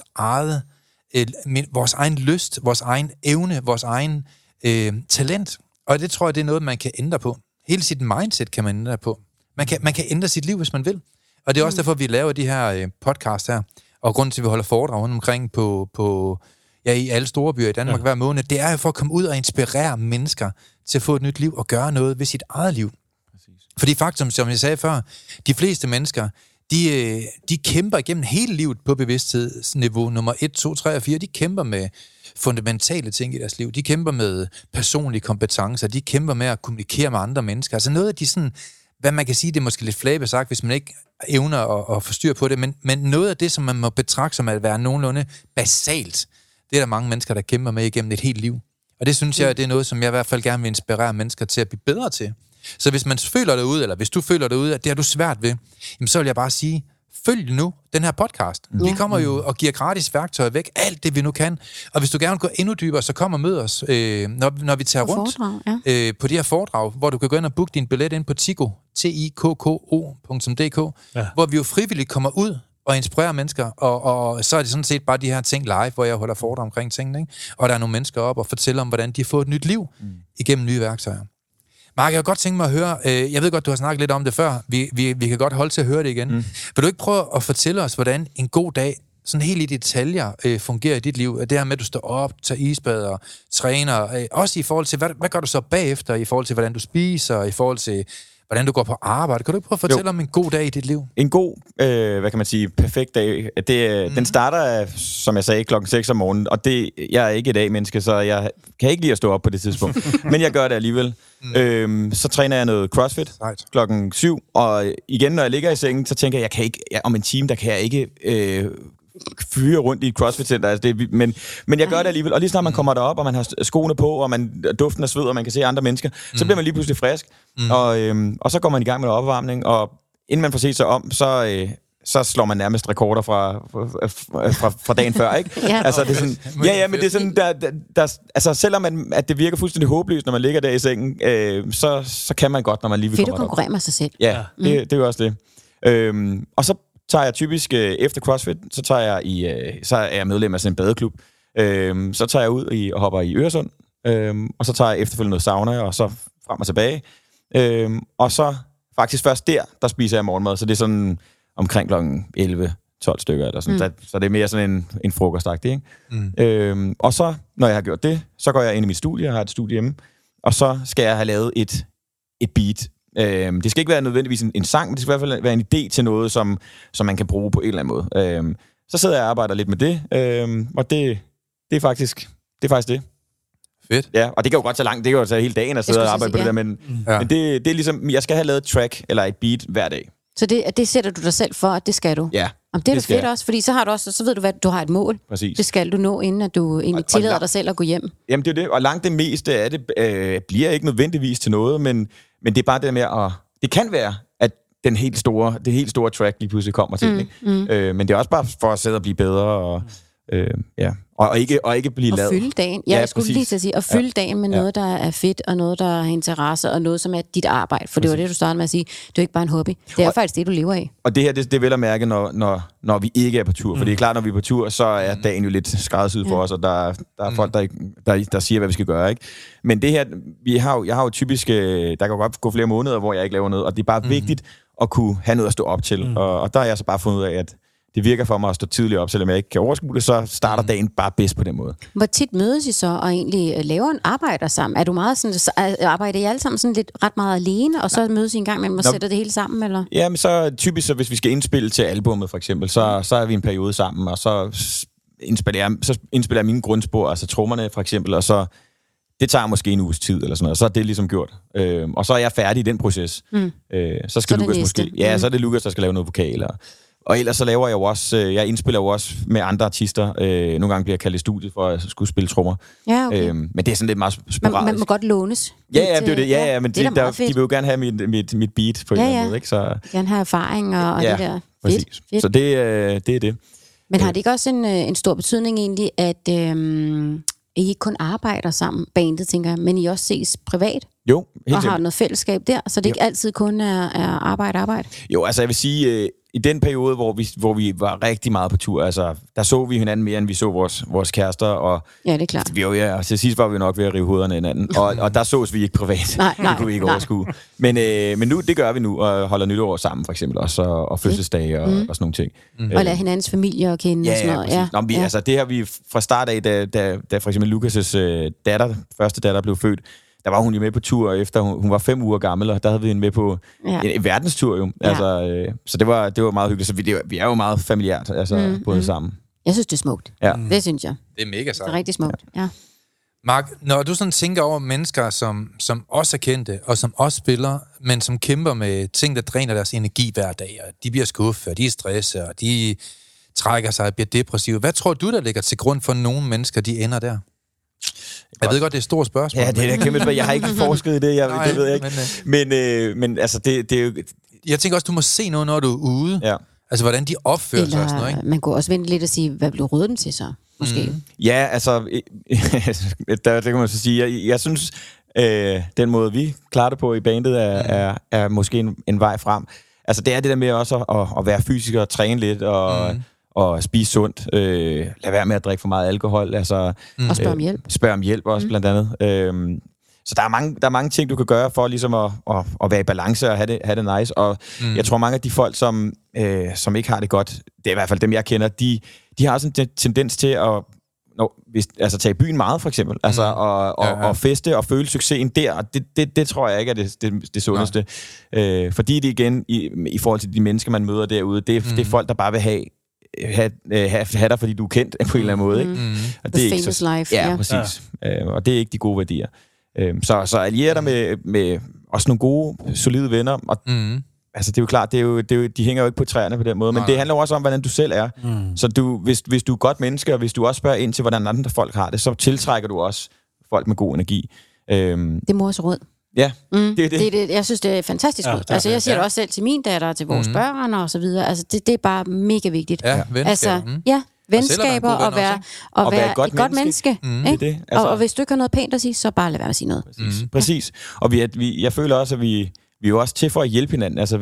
egen lyst, vores egen evne, vores egen talent. Og det tror jeg, det er noget, man kan ændre på. Hele sit mindset kan man ændre på. Man kan ændre sit liv, hvis man vil. Og det er også derfor, vi laver de her podcast her. Og grunden til, at vi holder foredrag rundt omkring i alle store byer i Danmark hver måned, det er jo for at komme ud og inspirere mennesker til at få et nyt liv og gøre noget ved sit eget liv. Præcis. Fordi faktum, som jeg sagde før, de fleste mennesker, de kæmper igennem hele livet på bevidsthedsniveau nummer 1, 2, 3 og 4. De kæmper med fundamentale ting i deres liv. De kæmper med personlige kompetencer. De kæmper med at kommunikere med andre mennesker. Altså noget af de sådan, hvad man kan sige, det er måske lidt flabet sagt, hvis man ikke evner at få styr på det, men noget af det, som man må betragte som at være nogenlunde basalt, det er der mange mennesker, der kæmper med igennem et helt liv. Og det synes jeg, det er noget, som jeg i hvert fald gerne vil inspirere mennesker til at blive bedre til. Så hvis man føler derude, eller hvis du føler derude, at det har du svært ved, jamen så vil jeg bare sige, følg nu den her podcast. Vi kommer jo og giver gratis værktøjer væk, alt det vi nu kan. Og hvis du gerne vil gå endnu dybere, så kom og mød os, når vi tager rundt på de her foredrag, hvor du kan gå ind og booke din billet ind på tikko.dk, hvor vi jo frivilligt kommer ud og inspirerer mennesker, og så er det sådan set bare de her ting live, hvor jeg holder foredrag omkring tingene, ikke? Og der er nogle mennesker op og fortæller om, hvordan de har fået et nyt liv igennem nye værktøjer. Mark, jeg har godt tænkt mig at høre, jeg ved godt, du har snakket lidt om det før, vi kan godt holde til at høre det igen. Vil du ikke prøve at fortælle os, hvordan en god dag, sådan helt i detaljer, fungerer i dit liv? Det her med, at du står op, tager isbad og træner, også i forhold til, hvad gør du så bagefter, i forhold til, hvordan du spiser, i forhold til, hvordan du går på arbejde. Kan du ikke prøve at fortælle om en god dag i dit liv? En god, hvad kan man sige, perfekt dag. Den starter, som jeg sagde, 6:00 om morgenen, og jeg er ikke et A-menneske, så jeg kan ikke lide at stå op på det tidspunkt. Men jeg gør det alligevel. Så træner jeg noget CrossFit 7:00, og igen, når jeg ligger i sengen, så tænker jeg om en time, der kan jeg ikke fyre rundt i et CrossFit-center. Altså men jeg gør det alligevel. Og lige snart man kommer derop, og man har skoene på, og man duften af sved, og man kan se andre mennesker, så bliver man lige pludselig frisk. Og så går man i gang med noget opvarmning, og inden man får set sig om, så slår man nærmest rekorder fra dagen før, ikke? Ja. Altså, det er sådan, men det er sådan, altså, selvom at det virker fuldstændig håbløst, når man ligger der i sengen, så kan man godt, når man lige vil komme derop. Fedt at konkurrere med sig selv. Ja, det er jo også det. Og så tager jeg typisk efter CrossFit, så er jeg medlem af sådan en badeklub. Så tager jeg ud og hopper i Øresund, og så tager jeg efterfølgende noget sauna, og så frem og tilbage. Og så faktisk først der spiser jeg morgenmad, så det er sådan omkring kl. 11-12 stykker, eller sådan. Så det er mere sådan en frokostagtig, ikke? Og så, når jeg har gjort det, så går jeg ind i mit studie, jeg har et studie hjemme, og så skal jeg have lavet et beat. Det skal ikke være nødvendigvis en sang, men det skal i hvert fald være en idé til noget, som man kan bruge på en eller anden måde. Så sidder jeg og arbejder lidt med det, og det er faktisk det. Fedt. Ja, og det kan jo godt tage langt, det kan jo tage hele dagen at sidde og arbejde på det der, men det er ligesom, jeg skal have lavet et track eller et beat hver dag. Så det sætter du dig selv for, at det skal du? Ja. Det er da fedt også, fordi så ved du, hvad du har et mål. Præcis. Det skal du nå, inden at du egentlig tillader dig selv at gå hjem. Jamen det er det, og langt det meste af det bliver ikke nødvendigvis til noget, men det er bare det med at... Det kan være, at det helt store track lige pludselig kommer til, ikke? Men det er også bare for at sidde og blive bedre, og ikke blive lavet. Og fylde dagen. Jeg skulle lige til at sige, at fylde dagen med noget, der er fedt, og noget, der har interesse, og noget, som er dit arbejde. For det var det, du startede med at sige. Det er ikke bare en hobby. Det er faktisk det, du lever af. Og det her, det er vel at mærke, når vi ikke er på tur. For det er klart, når vi er på tur, så er dagen jo lidt skræddersyet for os, og der er folk, der siger, hvad vi skal gøre, ikke? Men det her, jeg har jo typisk... Der kan godt gå flere måneder, hvor jeg ikke laver noget, og det er bare vigtigt at kunne have noget at stå op til. Og der har jeg så bare fundet ud af, at det virker for mig at stå tidligt op, selvom jeg ikke kan overskue det, så starter dagen bare bedst på den måde. Hvor tit mødes I så og egentlig laver en arbejder sammen? Er du meget sådan, arbejder I alle sammen sådan lidt ret meget alene, og så mødes I en gang imellem og sætter det hele sammen, eller? Ja, men så typisk, så hvis vi skal indspille til albummet for eksempel, så er vi en periode sammen, og så indspiller jeg mine grundspor, altså trommerne for eksempel, og så det tager måske en uges tid eller sådan noget, og så er det ligesom gjort. Og så er jeg færdig i den proces. Så skal Lukas måske... Ja, så er det Lukas, der skal lave noget vokal, og ellers så laver jeg jo også, jeg indspiller jo også med andre artister. Nogle gange bliver jeg kaldt i studiet for at skulle spille trommer. Ja, okay. Men det er sådan lidt meget sporadisk. Man må godt lånes. Ja, det er det. Ja, men de vil jo gerne have mit beat på en eller anden måde, ikke? Så gerne have erfaring og det der. Præcis. Fedt. Så det er det. Men har det ikke også en stor betydning egentlig, at I ikke kun arbejder sammen, bandet, tænker jeg, men I også ses privat? Jo, helt og har noget fællesskab der, så det ikke altid kun er arbejde? Jo, altså jeg vil sige, i den periode, hvor vi var rigtig meget på tur, altså der så vi hinanden mere, end vi så vores kærester, og ja, det er klart. Og til sidst var vi nok ved at rive hovederne hinanden, og der sås vi ikke privat. Nej, det kunne vi ikke overskue. Men nu, det gør vi nu, og holder nytår sammen for eksempel også, og fødselsdage og sådan nogle ting. Og lade hinandens familie at kende og sådan noget. Ja, præcis. Altså det har vi fra start af, da for eksempel Lukas' første datter blev født, der var hun jo med på tur, efter hun var 5 uger gammel, og der havde vi hende med på en verdenstur jo. Altså, så det var meget hyggeligt. Så vi er jo meget familiært, altså både sammen. Jeg synes, det er smukt. Ja. Det synes jeg. Det er mega sejt. Det er rigtig smukt, ja. Mark, når du sådan tænker over mennesker, som også er kendte, og som også spiller, men som kæmper med ting, der dræner deres energi hver dag, og de bliver skuffet, og de er stresset, og de trækker sig og bliver depressive. Hvad tror du, der ligger til grund for, at nogle mennesker, de ender der? Jeg ved godt, det er et stort spørgsmål. Ja, det er kæmpe spørgsmål. Jeg har ikke forsket i det, det ved jeg ikke. Men altså, det er jo... Jeg tænker også, du må se noget, når du er ude. Ja. Altså, hvordan de opfører sig og sådan noget, ikke? Man kunne også vente lidt og sige, hvad blev røget dem til så? Måske. Ja, altså... der kan man så sige, jeg synes, den måde, vi klarer det på i bandet, er måske en vej frem. Altså, det er det der med også at være fysisk og træne lidt, og spise sundt. Lad være med at drikke for meget alkohol. Altså, og spørg om hjælp. Spørg om hjælp også, blandt andet. Så der er mange ting, du kan gøre for ligesom at være i balance og have det nice. Og jeg tror, mange af de folk, som ikke har det godt, det er i hvert fald dem, jeg kender, de har sådan en tendens til altså tage i byen meget, for eksempel. Altså, og feste og føle succesen der, og det tror jeg ikke er det sundeste. Fordi det igen, i forhold til de mennesker, man møder derude, det er folk, der bare vil have dig, fordi du er kendt på en eller anden måde. Ikke? Og det er ikke så, life. Ja, præcis. Og det er ikke de gode værdier. Så alliere dig med også nogle gode, solide venner, og altså, det er jo klart, de hænger jo ikke på træerne på den måde, men det handler jo også om, hvordan du selv er. Så hvis du er godt menneske, og hvis du også spørger ind til, hvordan andre folk har det, så tiltrækker du også folk med god energi. Det er mors råd. Ja, det. Jeg synes, det er fantastisk råd. Altså, jeg siger det også selv til min datter, til vores børn og så videre. Altså, det er bare mega vigtigt. Ja, venskaber. Altså, venskaber og være et godt menneske. Ikke? Altså, og hvis du ikke har noget pænt at sige, så bare lad være med at sige noget. Præcis. Og jeg føler også, at vi er jo også til for at hjælpe hinanden, altså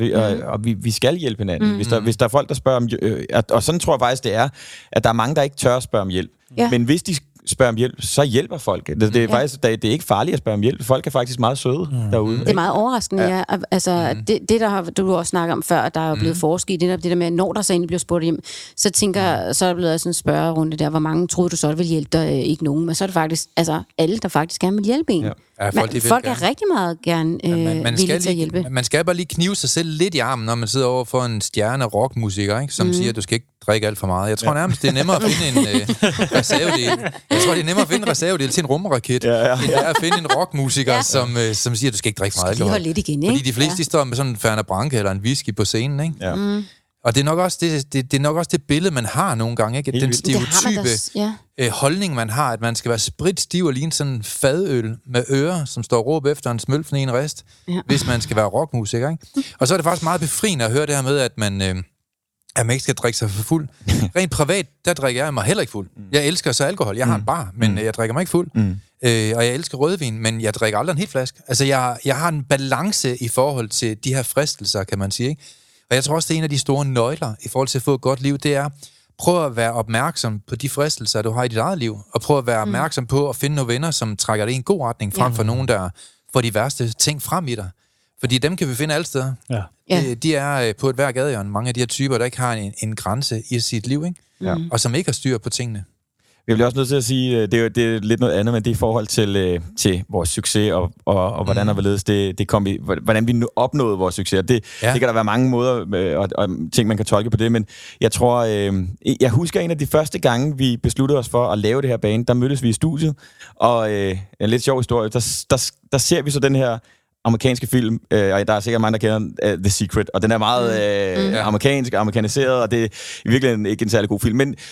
vi skal hjælpe hinanden. Hvis der er folk, der spørger om og sådan tror jeg faktisk, det er, at der er mange, der ikke tør at spørge om hjælp. Ja. Men hvis de spørger om hjælp, så hjælper folk. Det er faktisk, det er ikke farligt at spørge om hjælp. Folk er faktisk meget søde derude. Det er meget overraskende, ja. Altså, det der du også snakker om før, der er blevet forsket i, det der med, når der så egentlig bliver spurgt hjem, så tænker så er der blevet sådan en spørgerunde der, hvor mange troede du så, vil hjælpe dig? Ikke nogen. Men så er det faktisk, altså alle, der faktisk gerne vil hjælpe en. Ja, folk er rigtig meget gerne villige til at hjælpe. Man skal bare lige knive sig selv lidt i armen, når man sidder over for en stjerne rockmusiker, ikke? Som siger, at du skal ikke drikke alt for meget. Jeg tror nærmest, det er nemmere at finde en reservedel. Jeg tror, det er nemmere at finde en reservedel til en rumraket, end det er at finde en rockmusiker, som siger, at du skal ikke drikke for meget alkohol. Lidt igen, ikke? Fordi de fleste, de står med sådan en Fernet Branca eller en whisky på scenen, ikke? Ja. Og det er nok også det er nok også det billede, man har nogle gange, ikke? Den stereotype holdning, man har, at man skal være spritstiv og ligne sådan en fadøl med ører, som står og råber efter en smølfen i en rest, hvis man skal være rockmusiker, ikke? Og så er det faktisk meget befriende at høre det her med, at man ikke skal drikke sig for fuld. Rent privat, der drikker jeg mig heller ikke fuld. Jeg elsker så alkohol. Jeg har en bar, men jeg drikker mig ikke fuld. Og jeg elsker rødvin, men jeg drikker aldrig en hel flaske. Altså, jeg har en balance i forhold til de her fristelser, kan man sige, ikke? Og jeg tror også, det er en af de store nøgler i forhold til at få et godt liv, det er, prøv at være opmærksom på de fristelser, du har i dit eget liv, og prøv at være opmærksom på at finde nogle venner, som trækker dig i en god retning, frem for nogen, der får de værste ting frem i dig. Fordi dem kan vi finde alle steder. Ja. De er på et hver gadehjørne, mange af de her typer, der ikke har en grænse i sit liv, ikke? Ja. Og som ikke har styr på tingene. Jeg bliver også nødt til at sige, det er lidt noget andet, men det er i forhold til vores succes, og hvordan og hvorledes det kom i, hvordan vi opnåede vores succes. Det kan der være mange måder og ting, man kan tolke på det, men jeg tror, jeg husker en af de første gange, vi besluttede os for at lave det her band, der mødtes vi i studiet, og en lidt sjov historie, der ser vi så den her amerikanske film, og der er sikkert mange, der kender The Secret, og den er meget amerikansk, amerikaniseret, og det er i virkeligheden ikke en særlig god film, men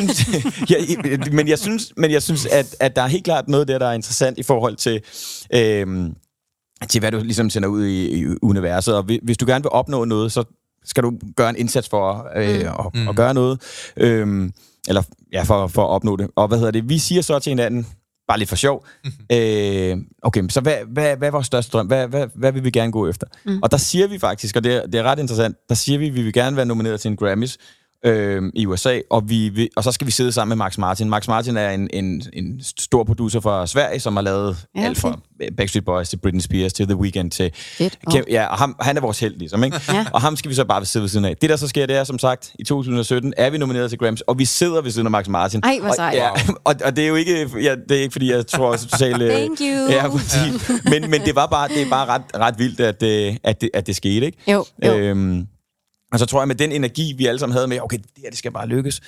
jeg synes, at der er helt klart noget der er interessant i forhold til hvad du ligesom sender ud i universet, og hvis du gerne vil opnå noget, så skal du gøre en indsats for at gøre noget, eller for at opnå det. Og vi siger så til hinanden, bare lidt for sjov. Okay, så hvad er vores største drøm? Hvad vil vi gerne gå efter? Og der siger vi faktisk, og det er ret interessant, der siger vi vil gerne være nomineret til en Grammys i USA, og så skal vi sidde sammen med Max Martin. Max Martin er en stor producer fra Sverige, som har lavet alt fra Backstreet Boys til Britney Spears til The Weeknd til... og han er vores held, ligesom, ikke? Og ham skal vi så bare sidde ved siden af. Det, der så sker, det er, som sagt, i 2017 er vi nomineret til Grammys, og vi sidder ved siden af Max Martin. Ej, hvor sejt. Og det er jo ikke... det er ikke, fordi jeg tror totalt... Thank you! Ja, men det er bare ret vildt, at det skete, ikke? Jo. Og så tror jeg, med den energi, vi alle sammen havde med, okay, det skal bare lykkes.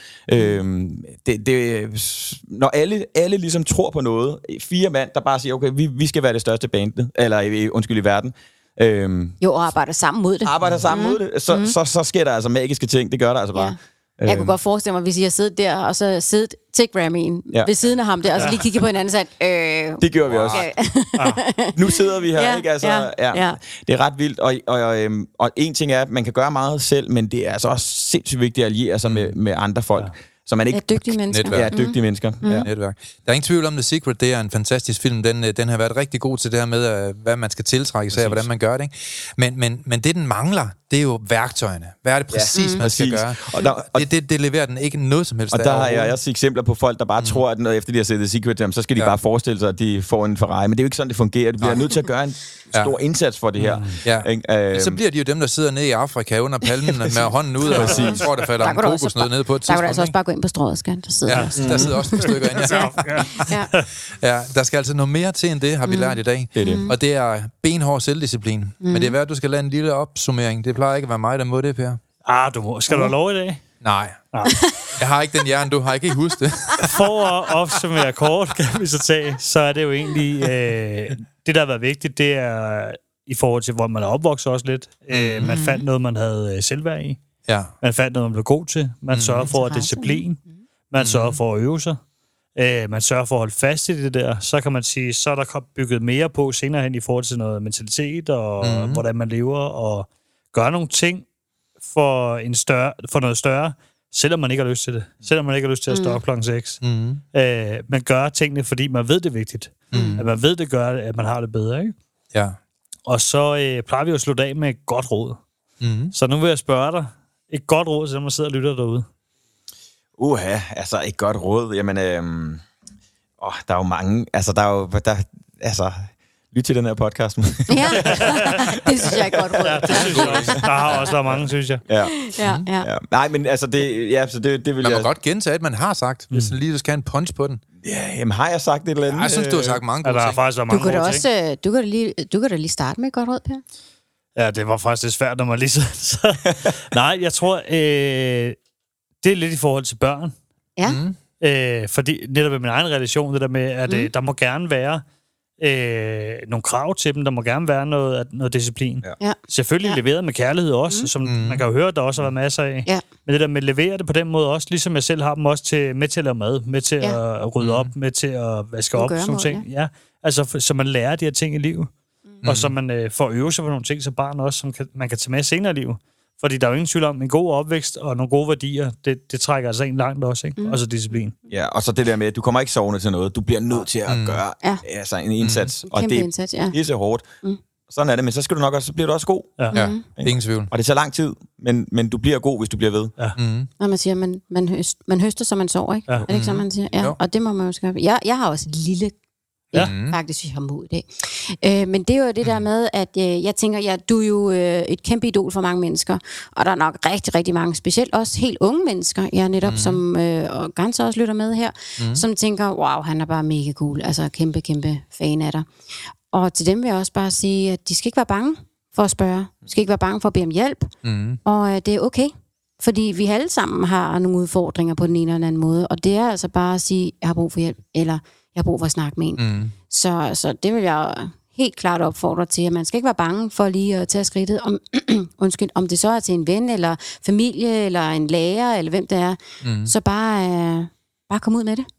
Når alle ligesom tror på noget, 4 mand, der bare siger, okay, vi skal være det største band, eller i verden. Og arbejder sammen mod det. Så sker der altså magiske ting. Det gør der altså bare. Jeg kunne godt forestille mig, hvis I har siddet der, og så siddet til Grammy'en ved siden af ham der, og så lige kigge på hinanden og sagt, det gjorde vi også. Nu sidder vi her, ikke? Altså, det er ret vildt, og en ting er, at man kan gøre meget selv, men det er altså også sindssygt vigtigt at alliere sig med andre folk. Så man ikke... dygtige mennesker. Netværk. Dygtige mennesker. Netværk. Der er ingen tvivl om, The Secret, det er en fantastisk film. Den har været rigtig god til det her med, hvad man skal tiltrække sig af, hvordan man gør det. Ikke? Men det, den mangler, det er jo værktøjerne. Hvad er det præcis, man skal gøre? Og det leverer den ikke noget som helst. Og der har jeg også eksempler på folk, der bare tror, at når efter de har set The Secret, så skal de bare forestille sig, at de får en Ferrari. Men det er jo ikke sådan, det fungerer. Du bliver nødt til at gøre en stor indsats for det her. Så bliver de jo dem, der sidder nede i Afrika under palmen med hånden ud, og tror, der falder en kokosnød ned på et tidspunkt. Der kan du altså også bare gå ind på strået, skal der sidder der sidder også et stykker ind. Ja, der skal altså noget mere til end det, har vi lært i dag. Og det er benhård selvdisciplin. Men det er værd, at du skal lade en lille opsummering. Det plejer ikke at være mig, der må det, Per. Skal du have lov i dag? Nej. Jeg har ikke den hjerne, du har ikke huske det. For at opsummere kort, kan vi så tage, så er det jo egentlig... det, der har været vigtigt, det er i forhold til, hvor man er opvokset også lidt. Man fandt noget, man havde selvværd i. Ja. Man fandt noget, man blev god til. Man sørger for disciplin. Man sørger for at øve sig. Man sørger for at holde fast i det der. Så kan man sige, så er der bygget mere på senere hen i forhold til noget mentalitet, og hvordan man lever, og gør nogle ting for noget større, selvom man ikke har lyst til det. Selvom man ikke har lyst til at stå op klokken 6. Man gør tingene, fordi man ved, det er vigtigt. At man ved, det gør, at man har det bedre, ikke? Ja. Og så plejer vi at slutte af med et godt råd. Så nu vil jeg spørge dig, et godt råd til dem, der sidder og lytter derude. Altså et godt råd. Jamen, der er jo mange... lyt til den her podcast. Ja, det synes jeg er godt råd. Ja, det synes jeg også. Der har også været mange, synes jeg. Ja. Nej, men altså det vil man må godt gentage, at man har sagt, hvis man lige skal have en punch på den. Ja, jamen har jeg sagt et eller andet? Jeg synes, du har sagt mange gode ting. Der har faktisk været mange gode ting. Du kan da lige starte med et godt råd, Per. Ja, det var faktisk lidt svært, når man lige så... Nej, jeg tror, det er lidt i forhold til børn. Ja. Fordi netop i min egen relation, det der med, at der må gerne være nogle krav til dem, der må gerne være noget disciplin. Ja. Selvfølgelig leveret med kærlighed også, som man kan jo høre, der også har været masser af. Ja. Men det der med at levere det på den måde også, ligesom jeg selv har dem også med til at lave mad, med til at rydde op, med til at vaske op, sådan ting. Ja. Altså, så man lærer de her ting i livet. Og så man får øve sig på nogle ting, så barn også, som man kan tage med senere i livet. Fordi der er jo ingen tvivl om, en god opvækst og nogle gode værdier, det trækker altså en langt også, ikke? Og så disciplin. Ja, og så det der med, at du kommer ikke sovende til noget. Du bliver nødt til at gøre altså en indsats. Og det er så hårdt. Sådan er det, men så skal du nok også, så bliver du også god. Ja, ingen tvivl. Og det tager lang tid, men du bliver god, hvis du bliver ved. Ja. Når man siger, man høster, som man sover, ikke? Ja. Er det ikke sådan, man siger? Ja, og det må man jo skrive. Jeg har også et lille... faktisk, jeg har mod i dag. Men det er jo det der med, at jeg tænker, du er jo et kæmpe idol for mange mennesker, og der er nok rigtig, rigtig mange, specielt også helt unge mennesker, netop, som og ganske også lytter med her, som tænker, wow, han er bare mega cool, altså kæmpe, kæmpe fan af dig. Og til dem vil jeg også bare sige, at de skal ikke være bange for at spørge. De skal ikke være bange for at bede om hjælp, og det er okay. Fordi vi alle sammen har nogle udfordringer på den ene eller anden måde, og det er altså bare at sige, jeg har brug for hjælp, eller jeg har brug for at snakke med en. Så det vil jeg helt klart opfordre til, at man skal ikke være bange for lige at tage skridtet, om det så er til en ven, eller familie, eller en lærer, eller hvem det er. Så bare komme ud med det.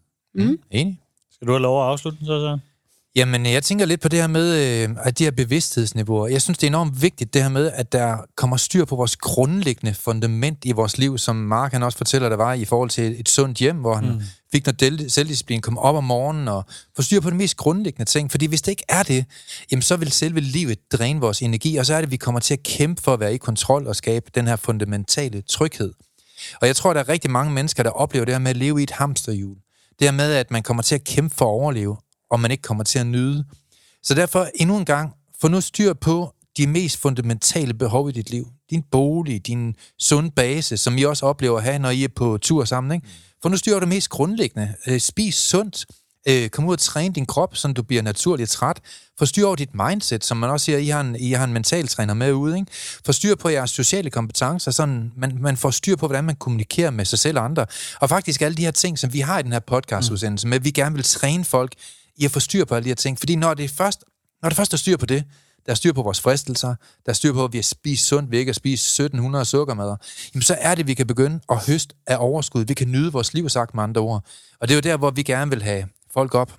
Enig. Skal du have lov at afslutte den så? Jamen, jeg tænker lidt på det her med, at de her bevidsthedsniveauer. Jeg synes, det er enormt vigtigt, det her med, at der kommer styr på vores grundlæggende fundament i vores liv, som Mark han også fortæller, der var i forhold til et sundt hjem, hvor han fik noget selvdisciplin, kom op om morgenen og få styr på de mest grundlæggende ting. Fordi hvis det ikke er det, jamen så vil selve livet dræne vores energi, og så er det, at vi kommer til at kæmpe for at være i kontrol og skabe den her fundamentale tryghed. Og jeg tror, der er rigtig mange mennesker, der oplever det her med at leve i et hamsterhjul. Det her med, at man kommer til at kæmpe for at overleve, og man ikke kommer til at nyde. Så derfor endnu en gang, få nu styr på de mest fundamentale behov i dit liv. Din bolig, din sunde base, som I også oplever at have, når I er på tur sammen. Ikke? Få nu styr på det mest grundlæggende. Spis sundt. Kom ud og træne din krop, så du bliver naturligt træt. Få styr over dit mindset, som man også siger, I har en mentaltræner med ude. Ikke? Få styr på jeres sociale kompetencer, sådan man får styr på, hvordan man kommunikerer med sig selv og andre. Og faktisk alle de her ting, som vi har i den her podcastudsendelse, med at vi gerne vil træne folk i at få styr på alle de her ting. Fordi når det først er styr på det, der er styr på vores fristelser, der er styr på, at vi har spist sundt, vi ikke har spist 1700 sukkermadder, jamen så er det, vi kan begynde at høste af overskud. Vi kan nyde vores liv, sagt med andre ord. Og det er jo der, hvor vi gerne vil have folk op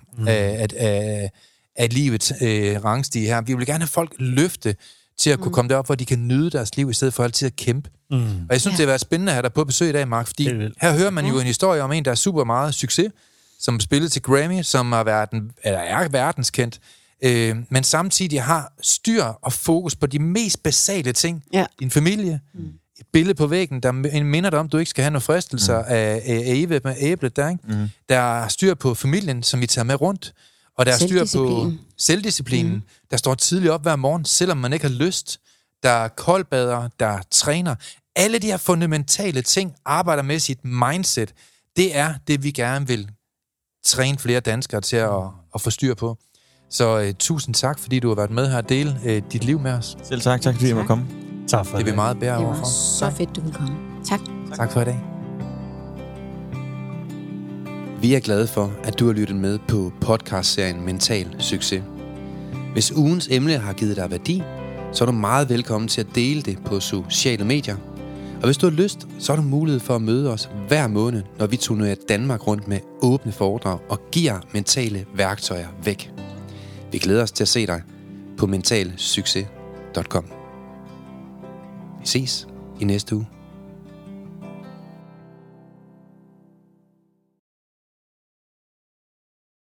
af livets rangstige her. Vi vil gerne have folk løfte til at kunne komme derop, hvor de kan nyde deres liv, i stedet for altid at kæmpe. Og jeg synes, det har været spændende at have dig på besøg i dag, Mark, fordi her hører man jo en historie om en, der er super meget succes, som spillede til Grammy, som er verdenskendt, men samtidig har styr og fokus på de mest basale ting. Ja. Din familie, et billede på væggen, der minder dig om, du ikke skal have nogle fristelser af Eve med æblet der, ikke? Der er styr på familien, som vi tager med rundt, og der er styr på selvdisciplinen, der står tidligt op hver morgen, selvom man ikke har lyst. Der er koldbader, der træner. Alle de her fundamentale ting arbejder med sit mindset. Det er det, vi gerne vil træne flere danskere til at få styr på. Så tusind tak, fordi du har været med her og dele dit liv med os. Selv tak, fordi jeg måtte komme. Tak for det. Det er meget bære overfor. Det var så fedt, du ville komme. Tak. Tak for i dag. Vi er glade for, at du har lyttet med på podcastserien Mental Succes. Hvis ugens emne har givet dig værdi, så er du meget velkommen til at dele det på sociale medier. Og hvis du har lyst, så har du mulighed for at møde os hver måned, når vi turnerer Danmark rundt med åbne foredrag og giver mentale værktøjer væk. Vi glæder os til at se dig på mentalsucces.com. Vi ses i næste uge.